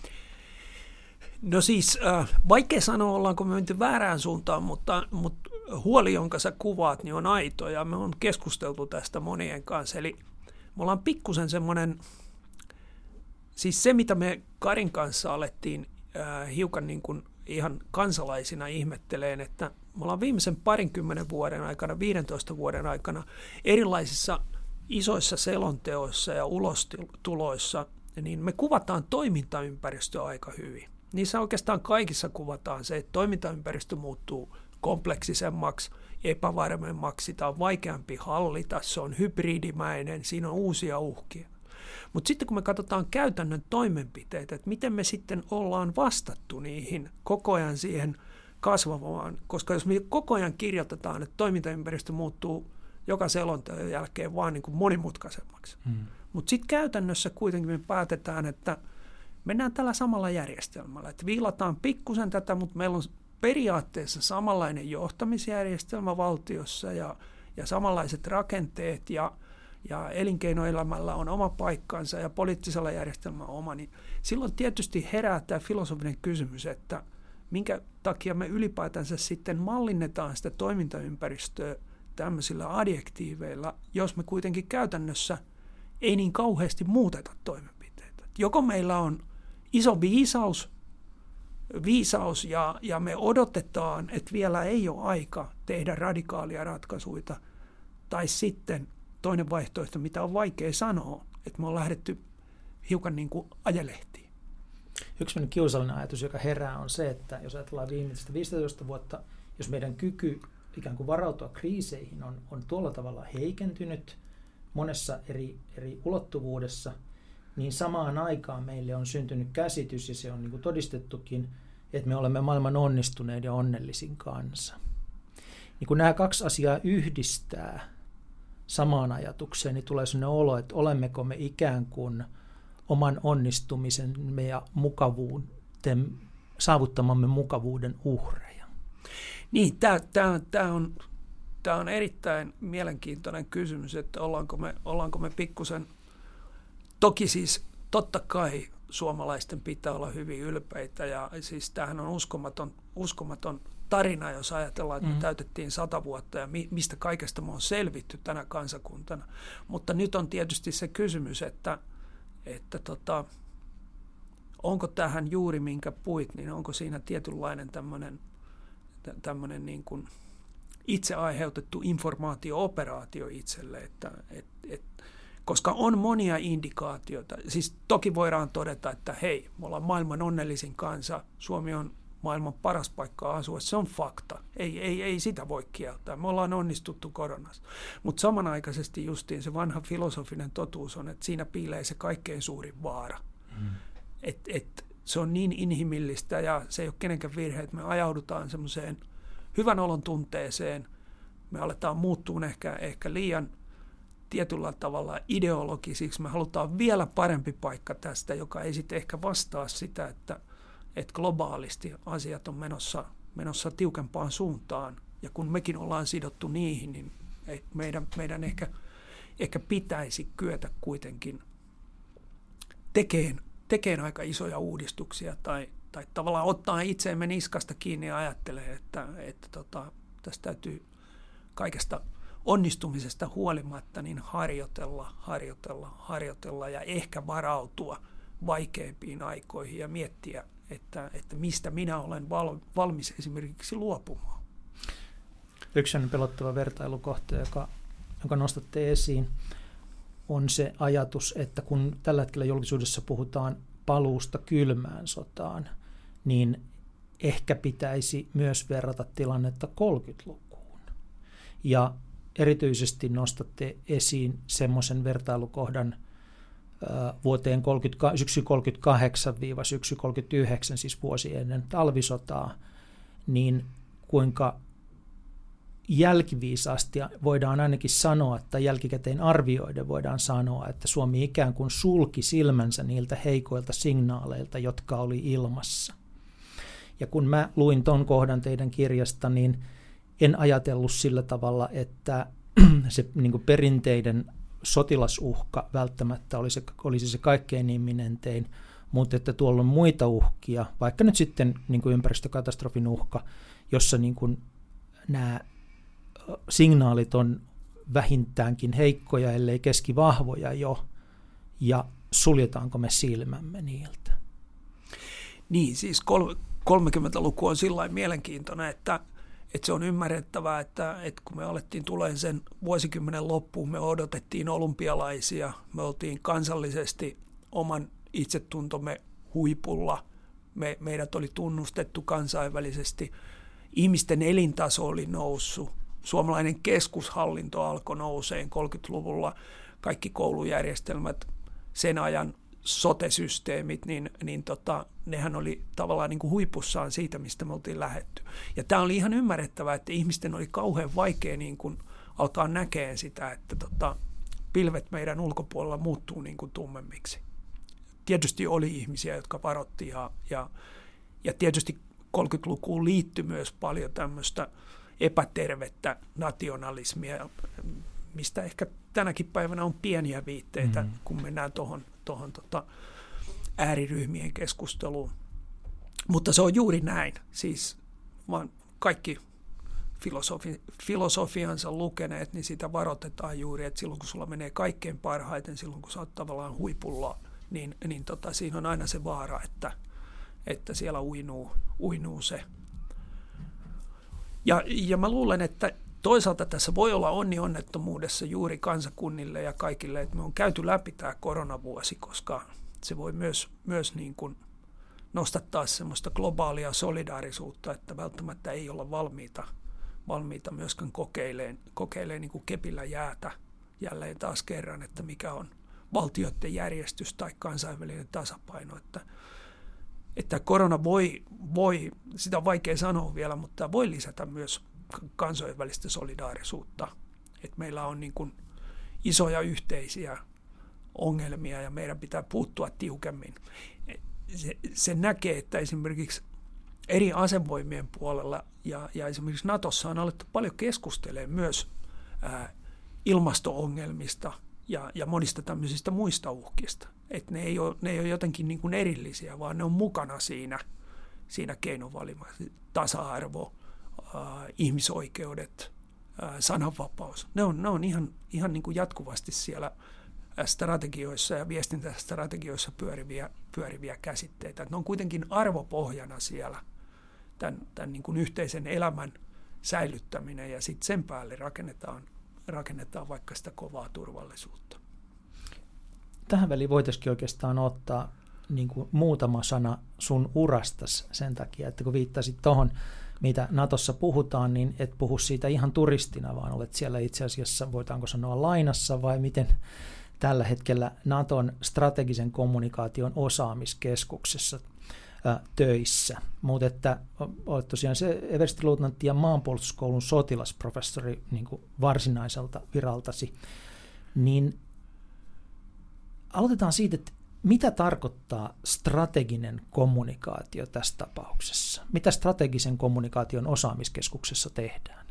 No siis, vaikea sanoa, ollaanko me menty väärään suuntaan, mutta huoli, jonka sä kuvaat, niin on aito, ja me on keskusteltu tästä monien kanssa. Eli me ollaan pikkusen semmoinen, siis se, mitä me Karin kanssa alettiin hiukan niin kuin ihan kansalaisina ihmetteleen, että me ollaan viimeisen 20 vuoden aikana, 15 vuoden aikana erilaisissa isoissa selonteoissa ja ulostuloissa, niin me kuvataan toimintaympäristöä aika hyvin. Niissä oikeastaan kaikissa kuvataan se, että toimintaympäristö muuttuu kompleksisemmaksi, epävarmemmaksi, sitä on vaikeampi hallita, se on hybridimäinen, siinä on uusia uhkia. Mutta sitten kun me katsotaan käytännön toimenpiteitä, että miten me sitten ollaan vastattu niihin koko ajan siihen kasvavaan, koska jos me koko ajan kirjoitetaan, että toimintaympäristö muuttuu joka selonteon jälkeen vaan niin kuin monimutkaisemmaksi. Mutta sitten käytännössä kuitenkin me päätetään, että mennään tällä samalla järjestelmällä, että viilataan pikkusen tätä, mutta meillä on periaatteessa samanlainen johtamisjärjestelmä valtiossa ja samanlaiset rakenteet ja elinkeinoelämällä on oma paikkansa ja poliittisella järjestelmällä oma, niin silloin tietysti herää tämä filosofinen kysymys, että minkä takia me ylipäätänsä sitten mallinnetaan sitä toimintaympäristöä tämmöisillä adjektiiveilla, jos me kuitenkin käytännössä ei niin kauheasti muuteta toimenpiteitä. Joko meillä on iso viisaus ja me odotetaan, että vielä ei ole aika tehdä radikaalia ratkaisuja, tai sitten toinen vaihtoehto, mitä on vaikea sanoa, että me on lähdetty hiukan niin kuin ajelehtiin. Yksi kiusallinen ajatus, joka herää, on se, että jos ajatellaan viimeisestä 15 vuotta, jos meidän kyky ikään kuin varautua kriiseihin on tuolla tavalla heikentynyt monessa eri ulottuvuudessa, niin samaan aikaan meille on syntynyt käsitys, ja se on niin kuin todistettukin, että me olemme maailman onnistunein ja onnellisin kansa. Niin kun nämä kaksi asiaa yhdistää samaan ajatukseen, niin tulee sellainen olo, että olemmeko me ikään kuin oman onnistumisemme ja saavuttamamme mukavuuden uhreja. Niin, tämä on erittäin mielenkiintoinen kysymys, että ollaanko me pikkusen, toki siis totta kai suomalaisten pitää olla hyvin ylpeitä, ja siis tämähän on uskomaton tarina, jos ajatellaan, että me täytettiin 100 vuotta ja mistä kaikesta me on selvitty tänä kansakuntana. Mutta nyt on tietysti se kysymys, että onko tähän juuri minkä puit, niin onko siinä tietynlainen tämmöinen niin kuin itse aiheutettu informaatio-operaatio itselle, koska on monia indikaatioita. Siis toki voidaan todeta, että hei, me ollaan maailman onnellisin kansa, Suomi on maailman paras paikka asua, se on fakta. Ei sitä voi kieltää. Me ollaan onnistuttu koronassa. Mutta samanaikaisesti justiin se vanha filosofinen totuus on, että siinä piilee se kaikkein suurin vaara. Se on niin inhimillistä ja se ei ole kenenkään virhe, että me ajaudutaan semmoiseen hyvän olon tunteeseen. Me aletaan muuttua ehkä liian tietyllä tavalla ideologisiksi. Me halutaan vielä parempi paikka tästä, joka ei sitten ehkä vastaa sitä, että globaalisti asiat on menossa tiukempaan suuntaan. Ja kun mekin ollaan sidottu niihin, niin meidän ehkä pitäisi kyetä kuitenkin tekemään aika isoja uudistuksia tai tavallaan ottaa itseemme niskasta kiinni ja ajattelee, että tästä täytyy kaikesta onnistumisesta huolimatta niin harjoitella ja ehkä varautua vaikeimpiin aikoihin ja miettiä, että mistä minä olen valmis esimerkiksi luopumaan. Yksi pelottava vertailukohta, jonka nostatte esiin, on se ajatus, että kun tällä hetkellä julkisuudessa puhutaan paluusta kylmään sotaan, niin ehkä pitäisi myös verrata tilannetta 30-lukuun. Ja erityisesti nostatte esiin semmoisen vertailukohdan vuoteen syksy 38-syksy 39, siis vuosi ennen talvisotaa, niin kuinka jälkiviisaasti voidaan ainakin sanoa, tai jälkikäteen arvioiden voidaan sanoa, että Suomi ikään kuin sulki silmänsä niiltä heikoilta signaaleilta, jotka oli ilmassa. Ja kun mä luin ton kohdan teidän kirjasta, niin en ajatellut sillä tavalla, että se niin kuin perinteinen sotilasuhka välttämättä olisi se kaikkein imminentein, mutta että tuolla on muita uhkia, vaikka nyt sitten niin kuin ympäristökatastrofin uhka, jossa niin kuin nämä signaalit on vähintäänkin heikkoja, ellei keskivahvoja jo, ja suljetaanko me silmämme niiltä? Niin, siis 30-luku on sillain mielenkiintoinen, että se on ymmärrettävää, että kun me alettiin tulemaan sen vuosikymmenen loppuun, me odotettiin olympialaisia, me oltiin kansallisesti oman itsetuntomme huipulla, meidät oli tunnustettu kansainvälisesti, ihmisten elintaso oli noussut, suomalainen keskushallinto alkoi nouseen 30-luvulla, kaikki koulujärjestelmät, sen ajan sote-systeemit, nehän oli tavallaan niin kuin huipussaan siitä, mistä me oltiin lähdetty. Ja tämä oli ihan ymmärrettävää, että ihmisten oli kauhean vaikea niin kuin alkaa näkemään sitä, että pilvet meidän ulkopuolella muuttuu niin kuin tummemmiksi. Tietysti oli ihmisiä, jotka varoitti ja tietysti 30-lukuun liittyi myös paljon tämmöistä epätervettä nationalismia, mistä ehkä tänäkin päivänä on pieniä viitteitä, kun mennään tuohon ääriryhmien keskusteluun. Mutta se on juuri näin. Siis vaan kaikki filosofiansa lukeneet, niin sitä varoitetaan juuri, että silloin kun sulla menee kaikkein parhaiten, silloin kun sä oot tavallaan huipulla, niin siinä on aina se vaara, että siellä uinuu se. Ja mä luulen, että toisaalta tässä voi olla onnettomuudessa juuri kansakunnille ja kaikille, että me on käyty läpi tämä koronavuosi, koska se voi myös niin kuin nostattaa semmoista globaalia solidaarisuutta, että välttämättä ei olla valmiita myöskään kokeilemaan niin kuin kepillä jäätä jälleen taas kerran, että mikä on valtioiden järjestys tai kansainvälinen tasapaino, että korona voi, sitä on vaikea sanoa vielä, mutta voi lisätä myös kansojen välistä solidaarisuutta, että meillä on niin kuin isoja yhteisiä ongelmia ja meidän pitää puuttua tiukemmin. Se näkee, että esimerkiksi eri asevoimien puolella ja esimerkiksi Natossa on alettu paljon keskustelemaan myös ilmasto-ongelmista ja monista tämmöisistä muista uhkista. Että ne ei ole jotenkin niin kuin erillisiä, vaan ne on mukana siinä keinovalimassa. Tasa-arvo, ihmisoikeudet, sananvapaus. Ne on ihan niin kuin jatkuvasti siellä strategioissa ja viestintästrategioissa pyöriviä käsitteitä. Ne on kuitenkin arvopohjana siellä tämän niin kuin yhteisen elämän säilyttäminen ja sitten sen päälle rakennetaan vaikka sitä kovaa turvallisuutta. Tähän väliin voitaisiin oikeastaan ottaa niin kuin muutama sana sun urastas sen takia, että kun viittasit tuohon, mitä Natossa puhutaan, niin et puhu siitä ihan turistina, vaan olet siellä itse asiassa, voitaanko sanoa lainassa vai miten tällä hetkellä Naton strategisen kommunikaation osaamiskeskuksessa töissä. Mutta että olet tosiaan se everstiluutnantti ja maanpuolustuskoulun sotilasprofessori niin kuin varsinaiselta viraltasi, niin aloitetaan siitä, että mitä tarkoittaa strateginen kommunikaatio tässä tapauksessa? Mitä strategisen kommunikaation osaamiskeskuksessa tehdään?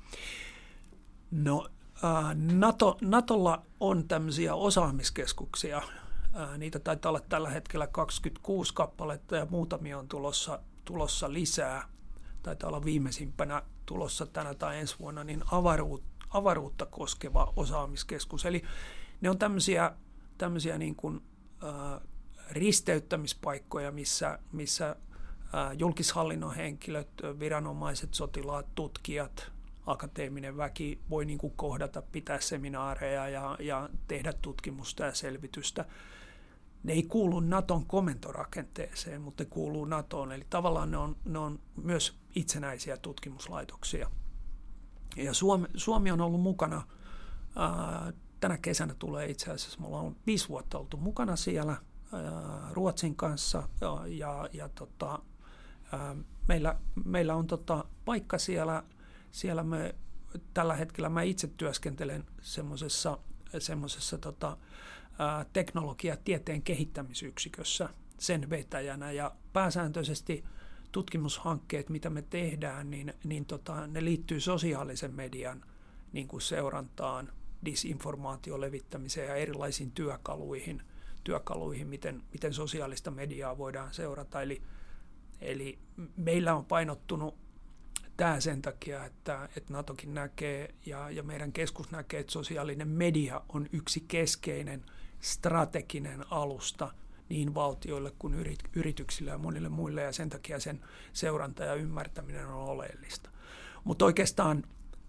No, Natolla on tämmöisiä osaamiskeskuksia. Niitä taitaa olla tällä hetkellä 26 kappaletta ja muutamia on tulossa lisää. Taitaa olla viimeisimpänä tulossa tänä tai ensi vuonna niin avaruutta koskeva osaamiskeskus. Eli ne on tämmöisiä niin kuin risteyttämispaikkoja, missä julkishallinnon henkilöt, viranomaiset, sotilaat, tutkijat, akateeminen väki voi niin kuin kohdata, pitää seminaareja ja tehdä tutkimusta ja selvitystä. Ne ei kuulu Naton komentorakenteeseen, mutta ne kuuluu Natoon. Eli tavallaan ne on myös itsenäisiä tutkimuslaitoksia. Ja Suomi on ollut mukana tänä kesänä tulee itse asiassa, me ollaan 5 vuotta oltu mukana siellä Ruotsin kanssa meillä on paikka siellä me tällä hetkellä mä itse työskentelen semmoisessa teknologia- ja tieteen kehittämisyksikössä sen vetäjänä ja pääsääntöisesti tutkimushankkeet, mitä me tehdään, niin ne liittyy sosiaalisen median niin kuin seurantaan, disinformaation levittämiseen ja erilaisiin työkaluihin miten sosiaalista mediaa voidaan seurata. Eli meillä on painottunut tämä sen takia, että NATOkin näkee ja meidän keskus näkee, että sosiaalinen media on yksi keskeinen strateginen alusta niin valtioille kuin yrityksille ja monille muille, ja sen takia sen seuranta ja ymmärtäminen on oleellista. Mutta oikeastaan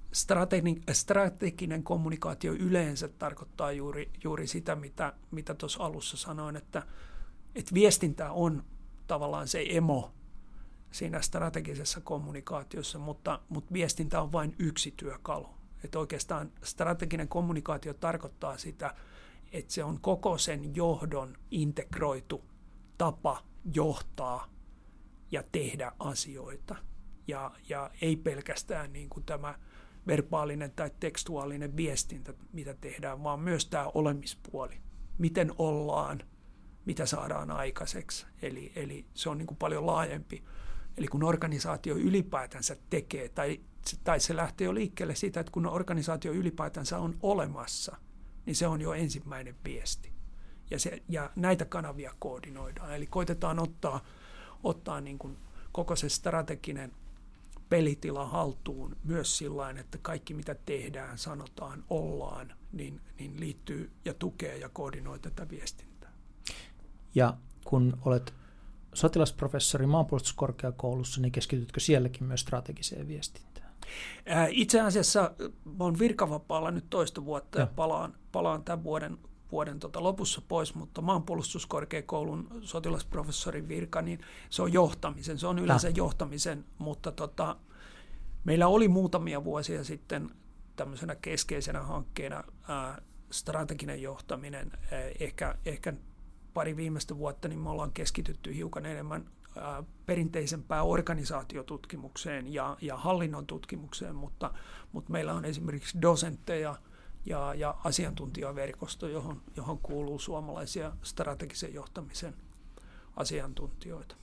strateginen kommunikaatio yleensä tarkoittaa juuri sitä, mitä tuossa alussa sanoin, että viestintä on tavallaan se emo siinä strategisessa kommunikaatiossa, mutta viestintä on vain yksi työkalu. Että oikeastaan strateginen kommunikaatio tarkoittaa sitä, että se on koko sen johdon integroitu tapa johtaa ja tehdä asioita. Ja ei pelkästään niin kuin tämä verbaalinen tai tekstuaalinen viestintä, mitä tehdään, vaan myös tämä olemispuoli. Miten ollaan, mitä saadaan aikaiseksi. Eli se on niin kuin paljon laajempi. Eli kun organisaatio ylipäätänsä tekee, tai se lähtee jo liikkeelle siitä, että kun organisaatio ylipäätänsä on olemassa, niin se on jo ensimmäinen viesti. Ja näitä kanavia koordinoidaan. Eli koitetaan ottaa niin kuin koko se strateginen pelitila haltuun myös sillain, että kaikki mitä tehdään, sanotaan, ollaan, niin liittyy ja tukee ja koordinoi tätä viestintää. Ja kun olet sotilasprofessori maanpuolustuskorkeakoulussa, niin keskitytkö sielläkin myös strategiseen viestintään? Itse asiassa olen virkavapaalla nyt toista vuotta ja palaan tämän vuoden lopussa pois, mutta maanpuolustuskorkeakoulun sotilasprofessorin virka, niin se on johtamisen, se on yleensä johtamisen, mutta meillä oli muutamia vuosia sitten tämmöisenä keskeisenä hankkeena strateginen johtaminen, ehkä pari viimeistä vuotta, niin me ollaan keskitytty hiukan enemmän perinteisempään organisaatiotutkimukseen ja hallinnon tutkimukseen, mutta meillä on esimerkiksi dosentteja ja asiantuntijaverkosto, johon kuuluu suomalaisia strategisen johtamisen asiantuntijoita.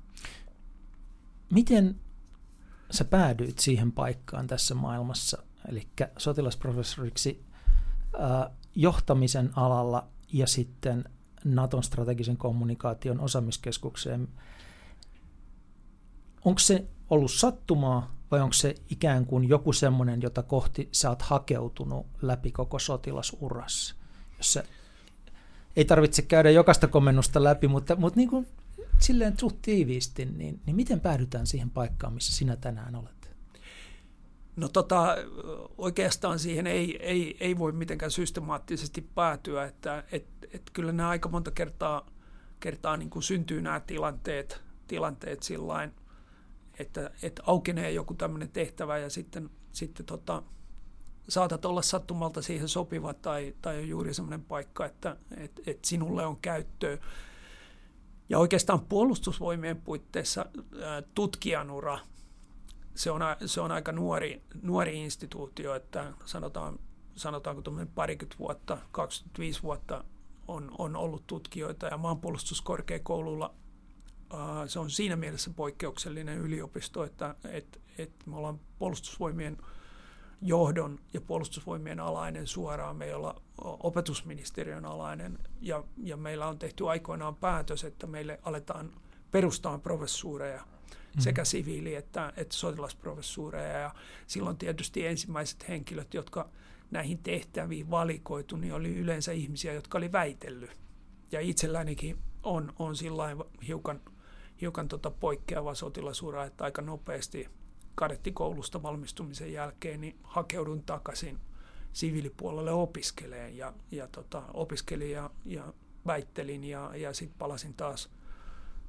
Miten sä päädyit siihen paikkaan tässä maailmassa, eli sotilasprofessoriksi johtamisen alalla ja sitten Naton strategisen kommunikaation osaamiskeskukseen? Onko se ollut sattumaa vai onko se ikään kuin joku semmoinen, jota kohti sä oot hakeutunut läpi koko sotilasurassa? Jos ei tarvitse käydä jokaista komennusta läpi, mutta niin kuin silleen suht tiiviisti, niin miten päädytään siihen paikkaan, missä sinä tänään olet? No oikeastaan siihen ei voi mitenkään systemaattisesti päätyä, että kyllä nämä aika monta kertaa niin kuin syntyy nämä tilanteet sillain, että aukenee joku tämmöinen tehtävä ja sitten saatat olla sattumalta siihen sopiva tai on juuri semmoinen paikka, että sinulle on käyttöä. Ja oikeastaan puolustusvoimien puitteissa tutkijanura, se on aika nuori instituutio, että sanotaanko tuommoinen 20 vuotta, 25 vuotta on ollut tutkijoita ja maanpuolustuskorkeakoululla se on siinä mielessä poikkeuksellinen yliopisto, että me ollaan puolustusvoimien johdon ja puolustusvoimien alainen suoraan, me ei olla opetusministeriön alainen ja meillä on tehty aikoinaan päätös, että meille aletaan perustaa professuureja sekä siviili- että sotilasprofessuureja ja silloin tietysti ensimmäiset henkilöt, jotka näihin tehtäviin valikoitu, niin oli yleensä ihmisiä, jotka oli väitellyt ja itsellänikin on sillain hiukan poikkeava sotilasura, että aika nopeasti kadettikoulusta valmistumisen jälkeen niin hakeudun takaisin siviilipuolelle opiskelemaan ja opiskelin ja väittelin ja sitten palasin taas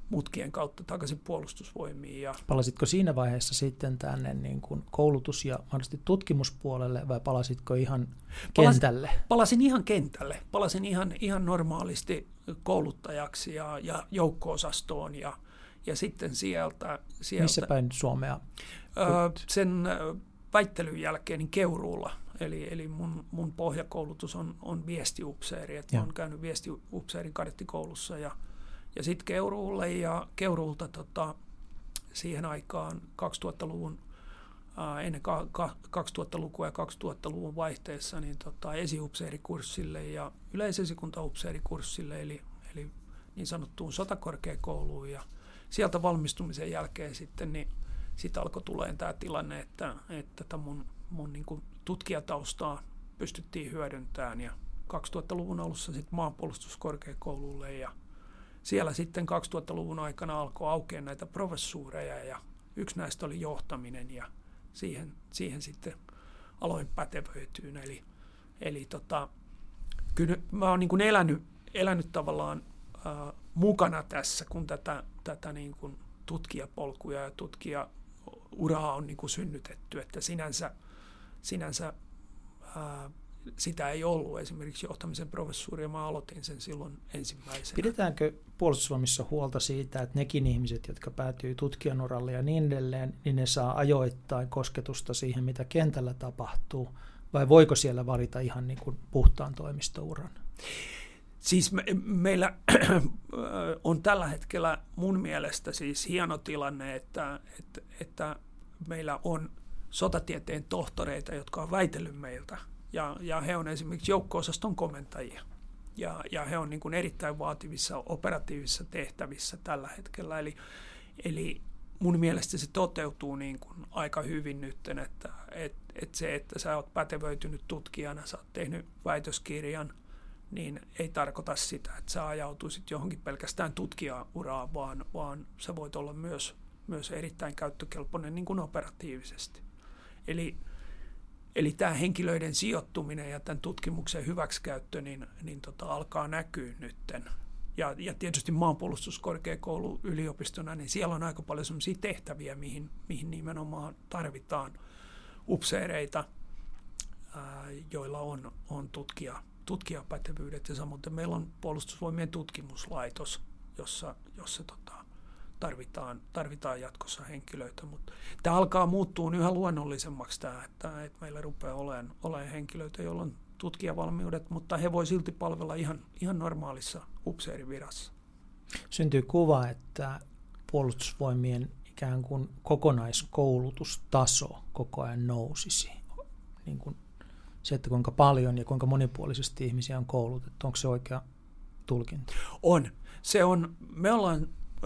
mutkien kautta takaisin puolustusvoimiin. Ja palasitko siinä vaiheessa sitten tänne niin kuin koulutus- ja mahdollisesti tutkimuspuolelle vai palasitko ihan kentälle? Palasin ihan kentälle. Palasin ihan normaalisti kouluttajaksi ja joukko-osastoon ja sitten sieltä. Missä päin Suomea? Sen väittelyn jälkeen niin Keuruulla. Eli mun pohjakoulutus on viestiupseeri. Mä olen käynyt viestiupseerin kadettikoulussa ja sitten Keuruulle ja Keuruulta siihen aikaan 2000-luvun, ennen 2000-lukua ja 2000-luvun vaihteessa niin esiupseerikurssille ja yleisesikuntaupseerikurssille eli niin sanottuun sotakorkeakouluun. Ja sieltä valmistumisen jälkeen sitten niin sitten alkoi tulemaan tämä tilanne, että mun niin kuin tutkijataustaa pystyttiin hyödyntämään ja 2000-luvun alussa sitten maanpuolustuskorkeakoululle ja siellä sitten 2000-luvun aikana alkoi aukeaa näitä professuureja ja yksi näistä oli johtaminen ja siihen sitten aloin pätevöityyn. Eli kyllä mä oon niin kuin elänyt tavallaan mukana tässä, kun tätä niin kuin tutkijapolkuja ja tutkijauraa on niin kuin synnytetty, että sinänsä sitä ei ollut. Esimerkiksi johtamisen professuuria mä aloitin sen silloin ensimmäisenä. Pidetäänkö puolustusvoimissa huolta siitä, että nekin ihmiset, jotka päätyy tutkijan uralle ja niin edelleen, niin ne saa ajoittain kosketusta siihen, mitä kentällä tapahtuu, vai voiko siellä valita ihan niin kuin puhtaan toimistouran? Siis meillä on tällä hetkellä mun mielestä siis hieno tilanne, että meillä on sotatieteen tohtoreita, jotka on väitellyt meiltä, ja he on esimerkiksi joukko-osaston komentajia, ja he on niin kuin erittäin vaativissa operatiivisissa tehtävissä tällä hetkellä, eli mun mielestä se toteutuu niin kuin aika hyvin nyt, että se, että sä oot pätevöitynyt tutkijana, sä oot tehnyt väitöskirjan, niin ei tarkoita sitä, että sä ajautuisit johonkin pelkästään tutkijauraan, vaan sä voit olla myös erittäin käyttökelpoinen niin kuin operatiivisesti. Eli tämä henkilöiden sijoittuminen ja tämän tutkimuksen hyväksikäyttö niin alkaa näkyä nytten. Ja tietysti maanpuolustuskorkeakoulu yliopistona, niin siellä on aika paljon sellaisia tehtäviä, mihin nimenomaan tarvitaan upseereita, joilla on tutkijapätevyydet. Ja samoin meillä on puolustusvoimien tutkimuslaitos, jossa tarvitaan jatkossa henkilöitä, mutta tämä alkaa muuttua yhä luonnollisemmaksi tämä, että meillä rupeaa olemaan henkilöitä, joilla on tutkijavalmiudet, mutta he voi silti palvella ihan normaalissa upseerivirassa. Syntyy kuva, että puolustusvoimien ikään kuin kokonaiskoulutustaso koko ajan nousisi. Niin kuin se, että kuinka paljon ja kuinka monipuolisesti ihmisiä on koulutettu, onko se oikea tulkinta? On. Se on. Me ollaan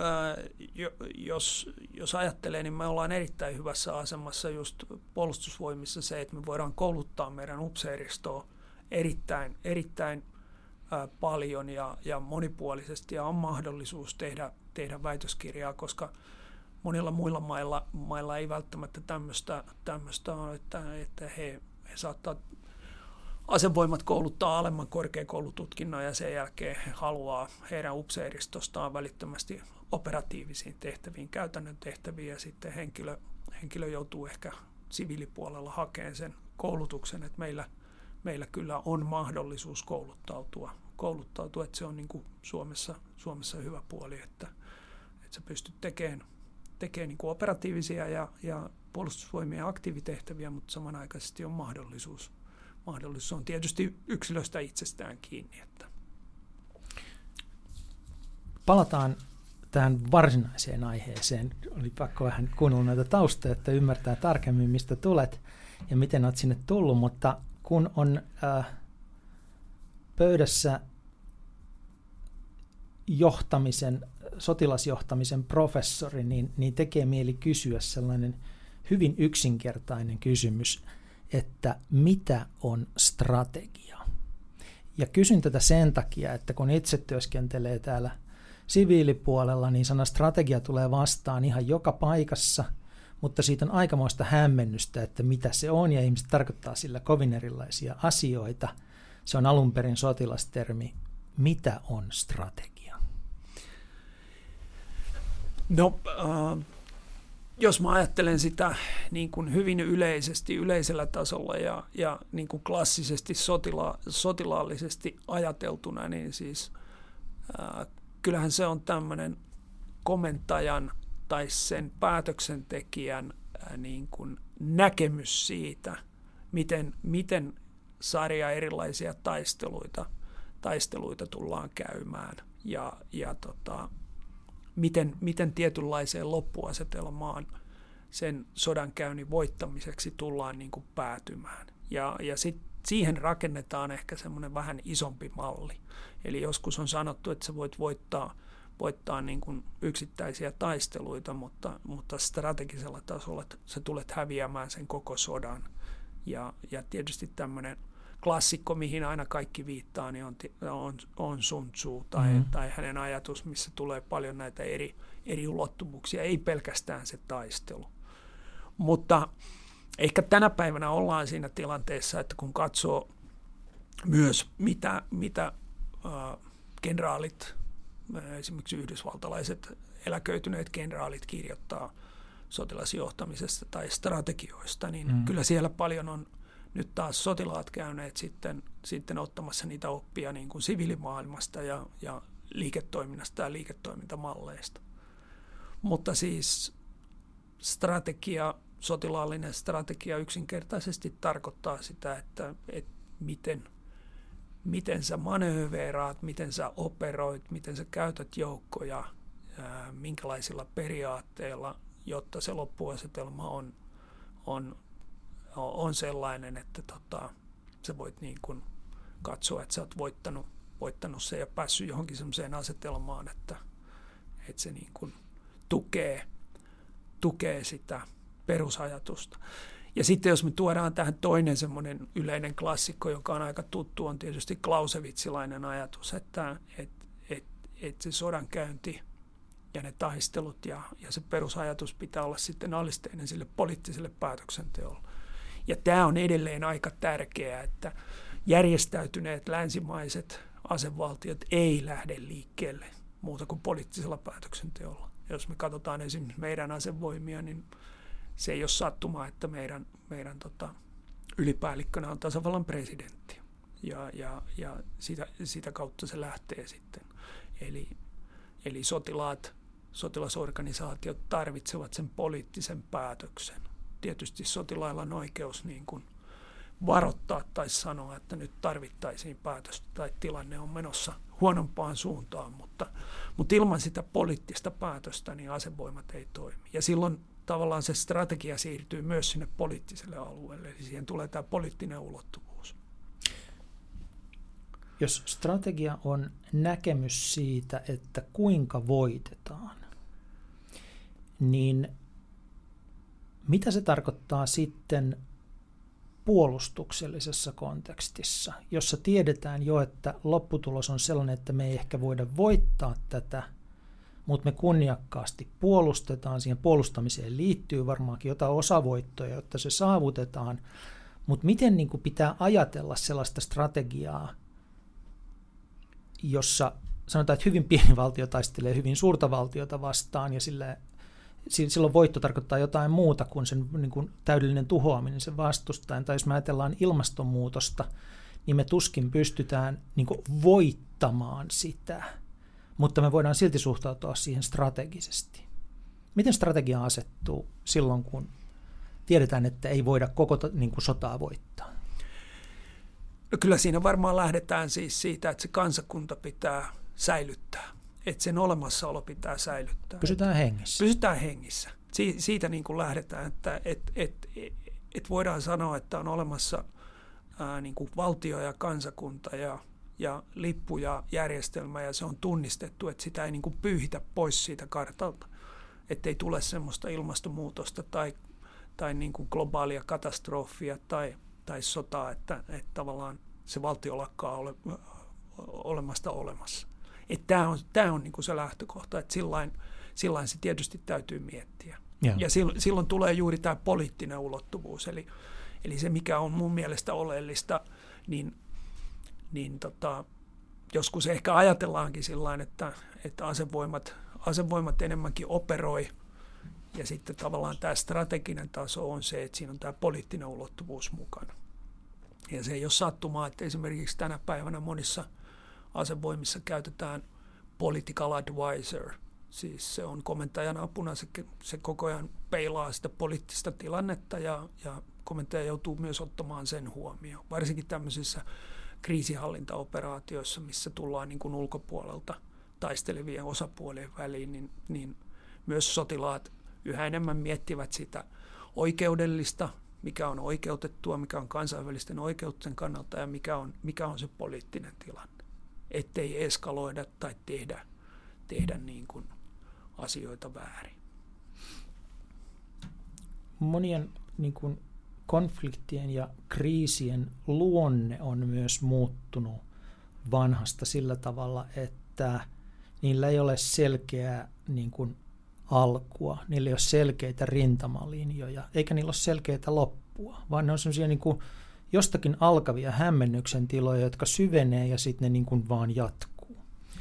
jos ajattelee, niin me ollaan erittäin hyvässä asemassa just puolustusvoimissa se, että me voidaan kouluttaa meidän upseeristoa erittäin paljon ja monipuolisesti, ja on mahdollisuus tehdä väitöskirjaa, koska monilla muilla mailla ei välttämättä tämmöistä ole, että he saattaa asevoimat kouluttaa alemman korkeakoulututkinnon ja sen jälkeen he haluaa heidän upseeristostaan välittömästi operatiivisiin tehtäviin, käytännön tehtäviin, ja sitten henkilö joutuu ehkä siviilipuolella hakemaan sen koulutuksen, että meillä kyllä on mahdollisuus kouluttautua, että se on niin kuin Suomessa hyvä puoli, että sä pystyt tekemään niin kuin operatiivisia ja puolustusvoimien aktiivitehtäviä, mutta samanaikaisesti on mahdollisuus on tietysti yksilöstä itsestään kiinni. Että. Palataan tähän varsinaiseen aiheeseen. Oli pakko vähän kuunnella näitä taustoja, että ymmärtää tarkemmin, mistä tulet ja miten olet sinne tullut, mutta kun on pöydässä sotilasjohtamisen professori, niin tekee mieli kysyä sellainen hyvin yksinkertainen kysymys, että mitä on strategia? Ja kysyn tätä sen takia, että kun itse työskentelee täällä siviilipuolella, niin sana strategia tulee vastaan ihan joka paikassa, mutta siitä on aikamoista hämmennystä, että mitä se on, ja ihmiset tarkoittaa sillä kovin erilaisia asioita. Se on alun perin sotilastermi. Mitä on strategia? No, jos mä ajattelen sitä niin kuin hyvin yleisellä tasolla ja niin kuin klassisesti sotilaallisesti ajateltuna, niin siis kyllähän se on tämmöinen komentajan tai sen päätöksentekijän niin kuin näkemys siitä, miten sarja erilaisia taisteluita tullaan käymään ja miten tietynlaiseen loppuasetelmaan sen sodankäynnin voittamiseksi tullaan niin kuin päätymään. Ja sitten siihen rakennetaan ehkä semmoinen vähän isompi malli. Eli joskus on sanottu, että sä voit voittaa niin kuin yksittäisiä taisteluita, mutta strategisella tasolla sä tulet häviämään sen koko sodan. Ja tietysti tämmöinen klassikko, mihin aina kaikki viittaa, niin on Sun Tzu tai hänen ajatus, missä tulee paljon näitä eri ulottuvuuksia, ei pelkästään se taistelu. Mutta ehkä tänä päivänä ollaan siinä tilanteessa, että kun katsoo myös mitä kenraalit, esimerkiksi yhdysvaltalaiset eläköityneet kenraalit kirjoittaa sotilasjohtamisesta tai strategioista, niin kyllä siellä paljon on nyt taas sotilaat käyneet sitten ottamassa niitä oppia niin kuin siviilimaailmasta ja liiketoiminnasta ja liiketoimintamalleista. Mutta siis sotilaallinen strategia yksinkertaisesti tarkoittaa sitä, että miten sä manööveraat, miten sä operoit, miten sä käytät joukkoja, minkälaisilla periaatteilla, jotta se loppuasetelma on sellainen, että sä voit niin kuin katsoa, että sä oot voittanut sen ja päässyt johonkin sellaiseen asetelmaan, että se niin kuin tukee sitä perusajatusta. Ja sitten jos me tuodaan tähän toinen semmoinen yleinen klassikko, joka on aika tuttu, on tietysti clausewitzilainen ajatus, että se sodankäynti ja ne taistelut ja se perusajatus pitää olla sitten alisteinen sille poliittiselle päätöksenteolle. Ja tämä on edelleen aika tärkeää, että järjestäytyneet länsimaiset asevaltiot ei lähde liikkeelle muuta kuin poliittisella päätöksenteolla. Jos me katsotaan esimerkiksi meidän asevoimia, niin se ei ole sattumaa, että meidän ylipäällikkönä on tasavallan presidentti. Ja sitä kautta se lähtee sitten. Eli sotilasorganisaatiot tarvitsevat sen poliittisen päätöksen. Tietysti sotilailla on oikeus niin kuin varoittaa tai sanoa, että nyt tarvittaisiin päätöstä tai tilanne on menossa huonompaan suuntaan, mutta ilman sitä poliittista päätöstä niin asevoimat ei toimi. Ja silloin tavallaan se strategia siirtyy myös sinne poliittiselle alueelle, eli siihen tulee tämä poliittinen ulottuvuus. Jos strategia on näkemys siitä, että kuinka voitetaan, niin mitä se tarkoittaa sitten puolustuksellisessa kontekstissa, jossa tiedetään jo, että lopputulos on sellainen, että me ei ehkä voida voittaa tätä, mutta me kunniakkaasti puolustetaan. Siihen puolustamiseen liittyy varmaankin jotain osavoittoja, jotta se saavutetaan, mutta miten niin kuin pitää ajatella sellaista strategiaa, jossa sanotaan, että hyvin pieni valtio taistelee hyvin suurta valtiota vastaan ja silloin voitto tarkoittaa jotain muuta kuin sen niin kuin täydellinen tuhoaminen sen vastustajan. Tai jos me ajatellaan ilmastonmuutosta, niin me tuskin pystytään niin kuin voittamaan sitä, mutta me voidaan silti suhtautua siihen strategisesti. Miten strategia asettuu silloin, kun tiedetään, että ei voida koko niin kuin sotaa voittaa? No kyllä siinä varmaan lähdetään siis siitä, että se kansakunta pitää säilyttää. Että sen olemassaolo pitää säilyttää. Pysytään hengissä. Pysytään hengissä. Siitä niin kuin lähdetään, että voidaan sanoa, että on olemassa niin kuin valtio ja kansakunta ja lippu ja järjestelmä, ja se on tunnistettu, että sitä ei niin kuin pyyhitä pois siitä kartalta. Että ei tule semmoista ilmastonmuutosta tai niin kuin globaalia katastrofia tai sotaa, että tavallaan se valtio lakkaa olemasta olemassa. Tämä on niin kuin se lähtökohta, että sillain se tietysti täytyy miettiä. Ja silloin tulee juuri tämä poliittinen ulottuvuus, eli se mikä on mun mielestä oleellista, niin joskus ehkä ajatellaankin sillain, että asevoimat enemmänkin operoi, ja sitten tavallaan tämä strateginen taso on se, että siinä on tämä poliittinen ulottuvuus mukana. Ja se ei ole sattumaa, että esimerkiksi tänä päivänä monissa asevoimissa käytetään political advisor. Siis se on komentajan apuna, se koko ajan peilaa sitä poliittista tilannetta ja komentaja joutuu myös ottamaan sen huomioon. Varsinkin tämmöisissä kriisinhallintaoperaatioissa, missä tullaan niin kuin ulkopuolelta taistelevien osapuolien väliin, niin myös sotilaat yhä enemmän miettivät sitä oikeudellista, mikä on oikeutettua, mikä on kansainvälisten oikeuksien kannalta ja mikä on se poliittinen tilanne. Ettei eskaloida tai tehdä niin kuin asioita väärin. Monien niin kuin konfliktien ja kriisien luonne on myös muuttunut vanhasta sillä tavalla, että niillä ei ole selkeää niin kuin alkua, niillä ei ole selkeitä rintamalinjoja, eikä niillä ole selkeitä loppua, vaan ne on sellaisia niin kuin jostakin alkavia hämmennyksen tiloja, jotka syvenee ja sitten ne niin kuin vaan jatkuu.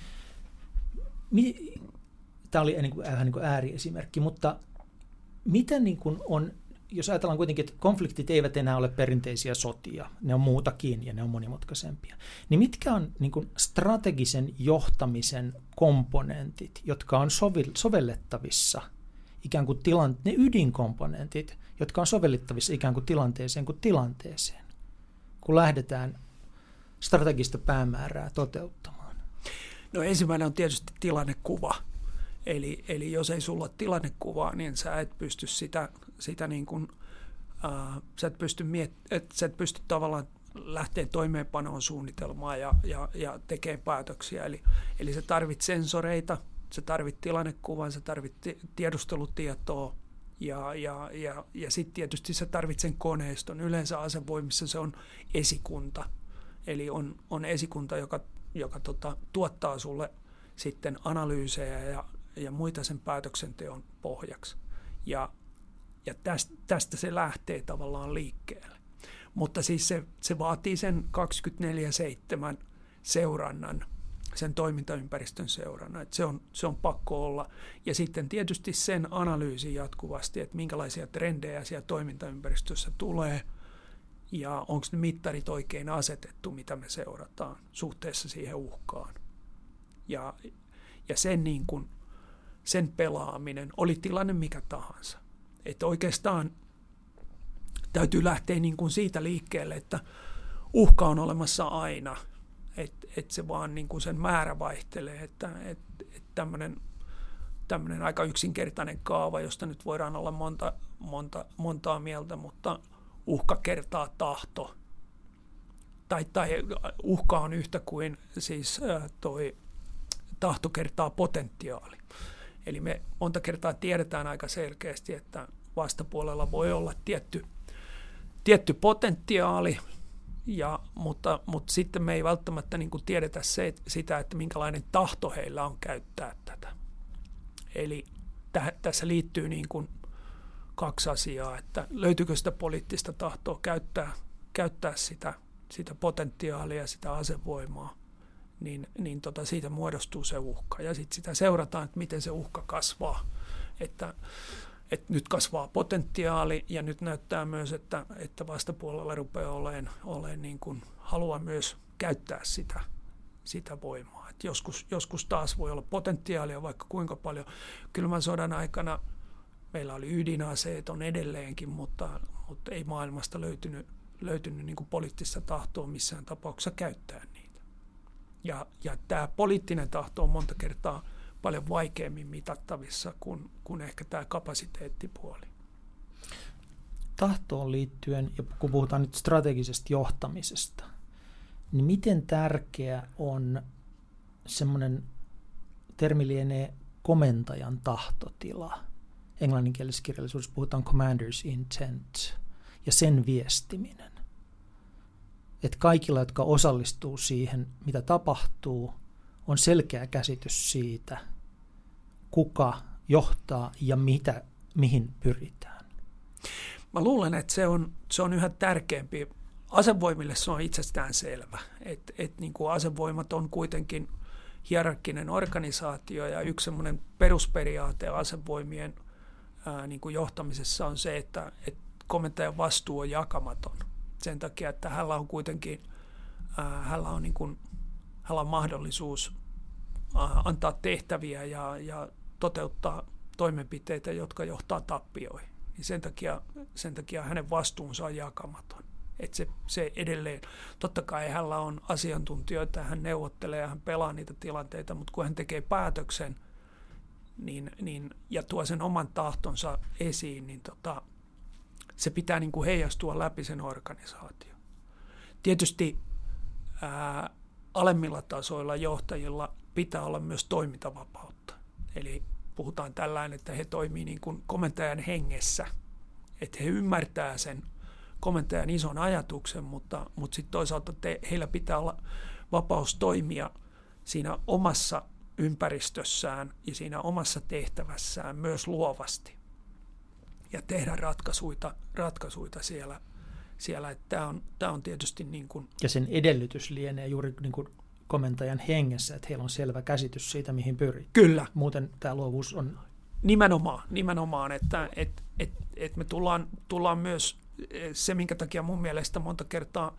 Tämä oli vähän niin kuin ääriesimerkki, mutta mitä niin kuin on, jos ajatellaan kuitenkin, että konfliktit eivät enää ole perinteisiä sotia, ne on muutakin ja ne on monimutkaisempia, niin mitkä on niin kuin strategisen johtamisen komponentit, jotka on sovellettavissa ikään kuin ne ydinkomponentit, jotka on sovellettavissa ikään kuin tilanteeseen, kun lähdetään strategista päämäärää toteuttamaan? No ensimmäinen on tietysti tilannekuva. Eli jos ei sulla ole tilannekuvaa, niin sä et pysty sitä niin kuin, sä et pysty tavallaan lähteä toimeenpanoon suunnitelmaa ja tekemään päätöksiä. Eli sä tarvit sensoreita, sä tarvit tilannekuvan, sä tarvit tiedustelutietoa ja sitten tietysti sä tarvit sen koneiston. Yleensä asevoimissa se on esikunta, eli on esikunta, joka tuottaa sulle sitten analyysejä ja muita sen päätöksenteon pohjaksi. Ja tästä se lähtee tavallaan liikkeelle. Mutta siis se vaatii sen 24/7 seurannan, sen toimintaympäristön seurannan. Että se on pakko olla. Ja sitten tietysti sen analyysin jatkuvasti, että minkälaisia trendejä siellä toimintaympäristössä tulee ja onko ne mittarit oikein asetettu, mitä me seurataan suhteessa siihen uhkaan. Ja sen pelaaminen, oli tilanne mikä tahansa. Että oikeastaan täytyy lähteä niin kuin siitä liikkeelle, että uhka on olemassa aina. Että se vaan niin kuin sen määrä vaihtelee. Että tämmöinen aika yksinkertainen kaava, josta nyt voidaan olla montaa mieltä, mutta uhka kertaa tahto. Tai uhka on yhtä kuin siis toi tahto kertaa potentiaali. Eli me monta kertaa tiedetään aika selkeästi, että vastapuolella voi olla tietty potentiaali, mutta sitten me ei välttämättä niin kuin tiedetä sitä, että minkälainen tahto heillä on käyttää tätä. Eli tässä liittyy niin kuin kaksi asiaa, että löytyykö sitä poliittista tahtoa käyttää sitä potentiaalia ja sitä asevoimaa. Niin siitä muodostuu se uhka. Ja sitten sitä seurataan, että miten se uhka kasvaa. Että nyt kasvaa potentiaali ja nyt näyttää myös, että vastapuolella rupeaa olemaan niin kuin halua myös käyttää sitä voimaa. Et joskus taas voi olla potentiaalia vaikka kuinka paljon. Kylmän sodan aikana meillä oli ydinaseet, on edelleenkin, mutta ei maailmasta löytynyt niin kuin poliittista tahtoa missään tapauksessa käyttää niitä. Ja tämä poliittinen tahto on monta kertaa paljon vaikeammin mitattavissa kuin ehkä tämä kapasiteettipuoli. Tahtoon liittyen, ja kun puhutaan nyt strategisesta johtamisesta, niin miten tärkeä on semmoinen termi lienee komentajan tahtotila? Englanninkielisessä kirjallisuudessa puhutaan commander's intent ja sen viestiminen. Että kaikilla, jotka osallistuu siihen, mitä tapahtuu, on selkeä käsitys siitä, kuka johtaa ja mihin pyritään. Mä luulen, että se on yhä tärkeämpi. Asevoimille se on itsestään selvä, että niin kuin asevoimat on kuitenkin hierarkkinen organisaatio ja yksi semmoinen perusperiaate asevoimien niin kuin johtamisessa on se, että komentajan vastuu on jakamaton. Sen takia, että hänellä on kuitenkin hänellä on mahdollisuus antaa tehtäviä ja toteuttaa toimenpiteitä, jotka johtaa tappioihin. Niin sen takia hänen vastuunsa on jakamaton. Että se edelleen, totta kai hänellä on asiantuntijoita, hän neuvottelee ja hän pelaa niitä tilanteita, mutta kun hän tekee päätöksen ja tuo sen oman tahtonsa esiin, niin se pitää niin kuin heijastua läpi sen organisaation. Tietysti alemmilla tasoilla johtajilla pitää olla myös toimintavapautta. Eli puhutaan tällainen, että he toimii niin kuin komentajan hengessä, että he ymmärtää sen komentajan ison ajatuksen, mutta sitten toisaalta heillä pitää olla vapaus toimia siinä omassa ympäristössään ja siinä omassa tehtävässään myös luovasti ja tehdä ratkaisuita siellä. Että tämä on tietysti niin kuin... Ja sen edellytys lienee juuri niin kuin komentajan hengessä, että heillä on selvä käsitys siitä, mihin pyrii. Kyllä. Muuten tämä luovuus on... Nimenomaan, että me tullaan myös, se minkä takia mun mielestä monta kertaa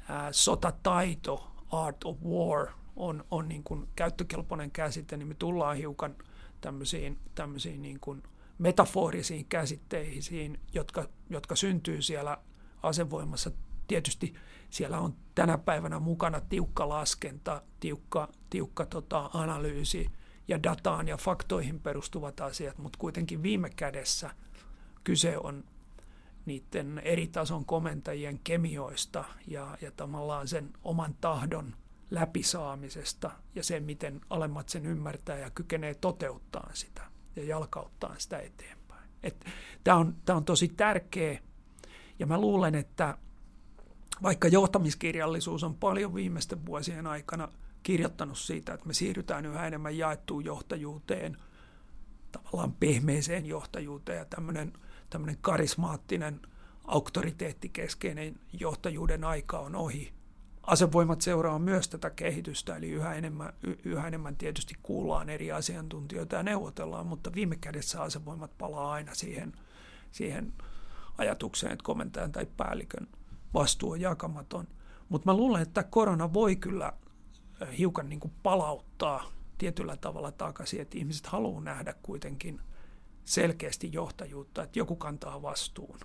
sotataito, art of war, on niin kuin käyttökelpoinen käsite, niin me tullaan hiukan tämmöisiin niin kuin metaforisiin käsitteisiin, jotka syntyy siellä asevoimassa. Tietysti siellä on tänä päivänä mukana tiukka laskenta, tiukka analyysi ja dataan ja faktoihin perustuvat asiat, mutta kuitenkin viime kädessä kyse on niiden eri tason komentajien kemioista ja tavallaan sen oman tahdon läpisaamisesta ja sen, miten alemmat sen ymmärtää ja kykenee toteuttaa sitä ja jalkauttaa sitä eteenpäin. Tämä on tosi tärkeä, ja mä luulen, että vaikka johtamiskirjallisuus on paljon viimeisten vuosien aikana kirjoittanut siitä, että me siirrytään yhä enemmän jaettuun johtajuuteen, tavallaan pehmeeseen johtajuuteen, ja tämmöinen karismaattinen, auktoriteettikeskeinen johtajuuden aika on ohi. Asevoimat seuraa myös tätä kehitystä, eli yhä enemmän tietysti kuullaan eri asiantuntijoita ja neuvotellaan, mutta viime kädessä asevoimat palaa aina siihen ajatukseen, että komentajan tai päällikön vastuu on jakamaton. Mutta mä luulen, että korona voi kyllä hiukan niin kuin palauttaa tietyllä tavalla takaisin, että ihmiset haluaa nähdä kuitenkin selkeästi johtajuutta, että joku kantaa vastuun.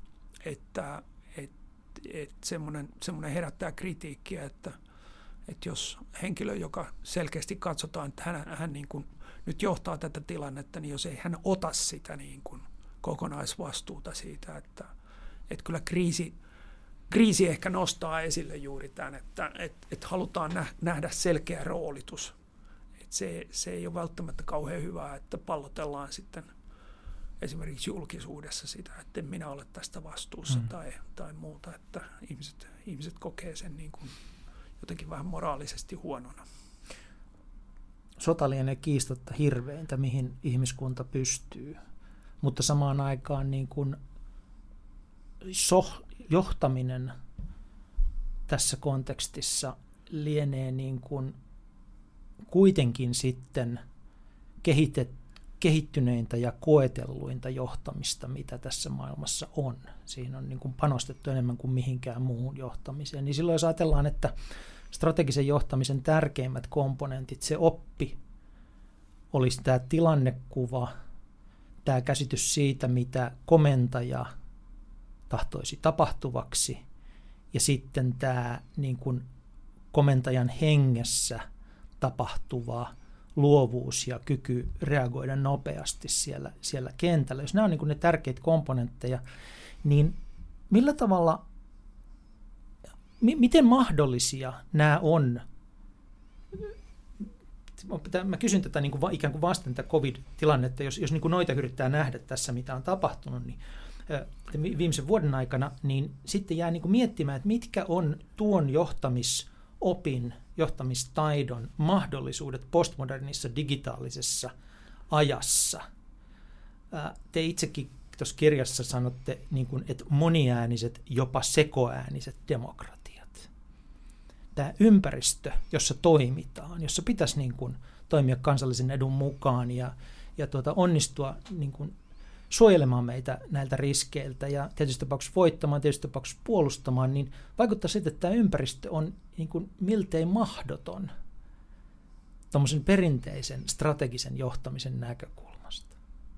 Että semmoinen herättää kritiikkiä, että jos henkilö, joka selkeästi katsotaan, että hän niin kuin nyt johtaa tätä tilannetta, niin jos ei hän ota sitä niin kuin kokonaisvastuuta siitä, että kyllä kriisi ehkä nostaa esille juuri tämän, että halutaan nähdä selkeä roolitus. Että se ei ole välttämättä kauhean hyvää, että pallotellaan sitten esimerkiksi julkisuudessa sitä, että en minä ole tästä vastuussa tai muuta, että ihmiset kokee sen niin kuin jotenkin vähän moraalisesti huonona. Sota lienee kiistatta hirveintä, mihin ihmiskunta pystyy, mutta samaan aikaan niin kuin johtaminen tässä kontekstissa lienee niin kuin kuitenkin sitten kehittyneintä ja koetelluinta johtamista, mitä tässä maailmassa on. Siinä on niin kuin panostettu enemmän kuin mihinkään muuhun johtamiseen. Niin silloin jos ajatellaan, että strategisen johtamisen tärkeimmät komponentit, se oppi, olisi tämä tilannekuva, tämä käsitys siitä, mitä komentaja tahtoisi tapahtuvaksi, ja sitten tämä niin kuin komentajan hengessä tapahtuva luovuus ja kyky reagoida nopeasti siellä kentällä. Jos nämä on niin kuin ne tärkeitä komponentteja, niin millä tavalla, miten mahdollisia nämä on? Mä kysyn tätä niin kuin ikään kuin vasten tätä COVID-tilannetta, jos niin kuin noita yrittää nähdä tässä, mitä on tapahtunut, niin viimeisen vuoden aikana, niin sitten jää niin kuin miettimään, että mitkä on tuon johtamisopin, johtamistaidon mahdollisuudet postmodernissa digitaalisessa ajassa. Te itsekin tuossa kirjassa sanotte, niin kuin, että moniääniset, jopa sekoääniset demokratiat. tämä ympäristö, jossa toimitaan, jossa pitäisi niin kuin toimia kansallisen edun mukaan ja onnistua niin kuin suojelemaan meitä näiltä riskeiltä ja tietysti tapauksessa voittamaan, tietysti tapauksessa puolustamaan, niin vaikuttaa siltä, että tämä ympäristö on niin kuin miltei mahdoton tuommoisen perinteisen strategisen johtamisen näkökulmasta.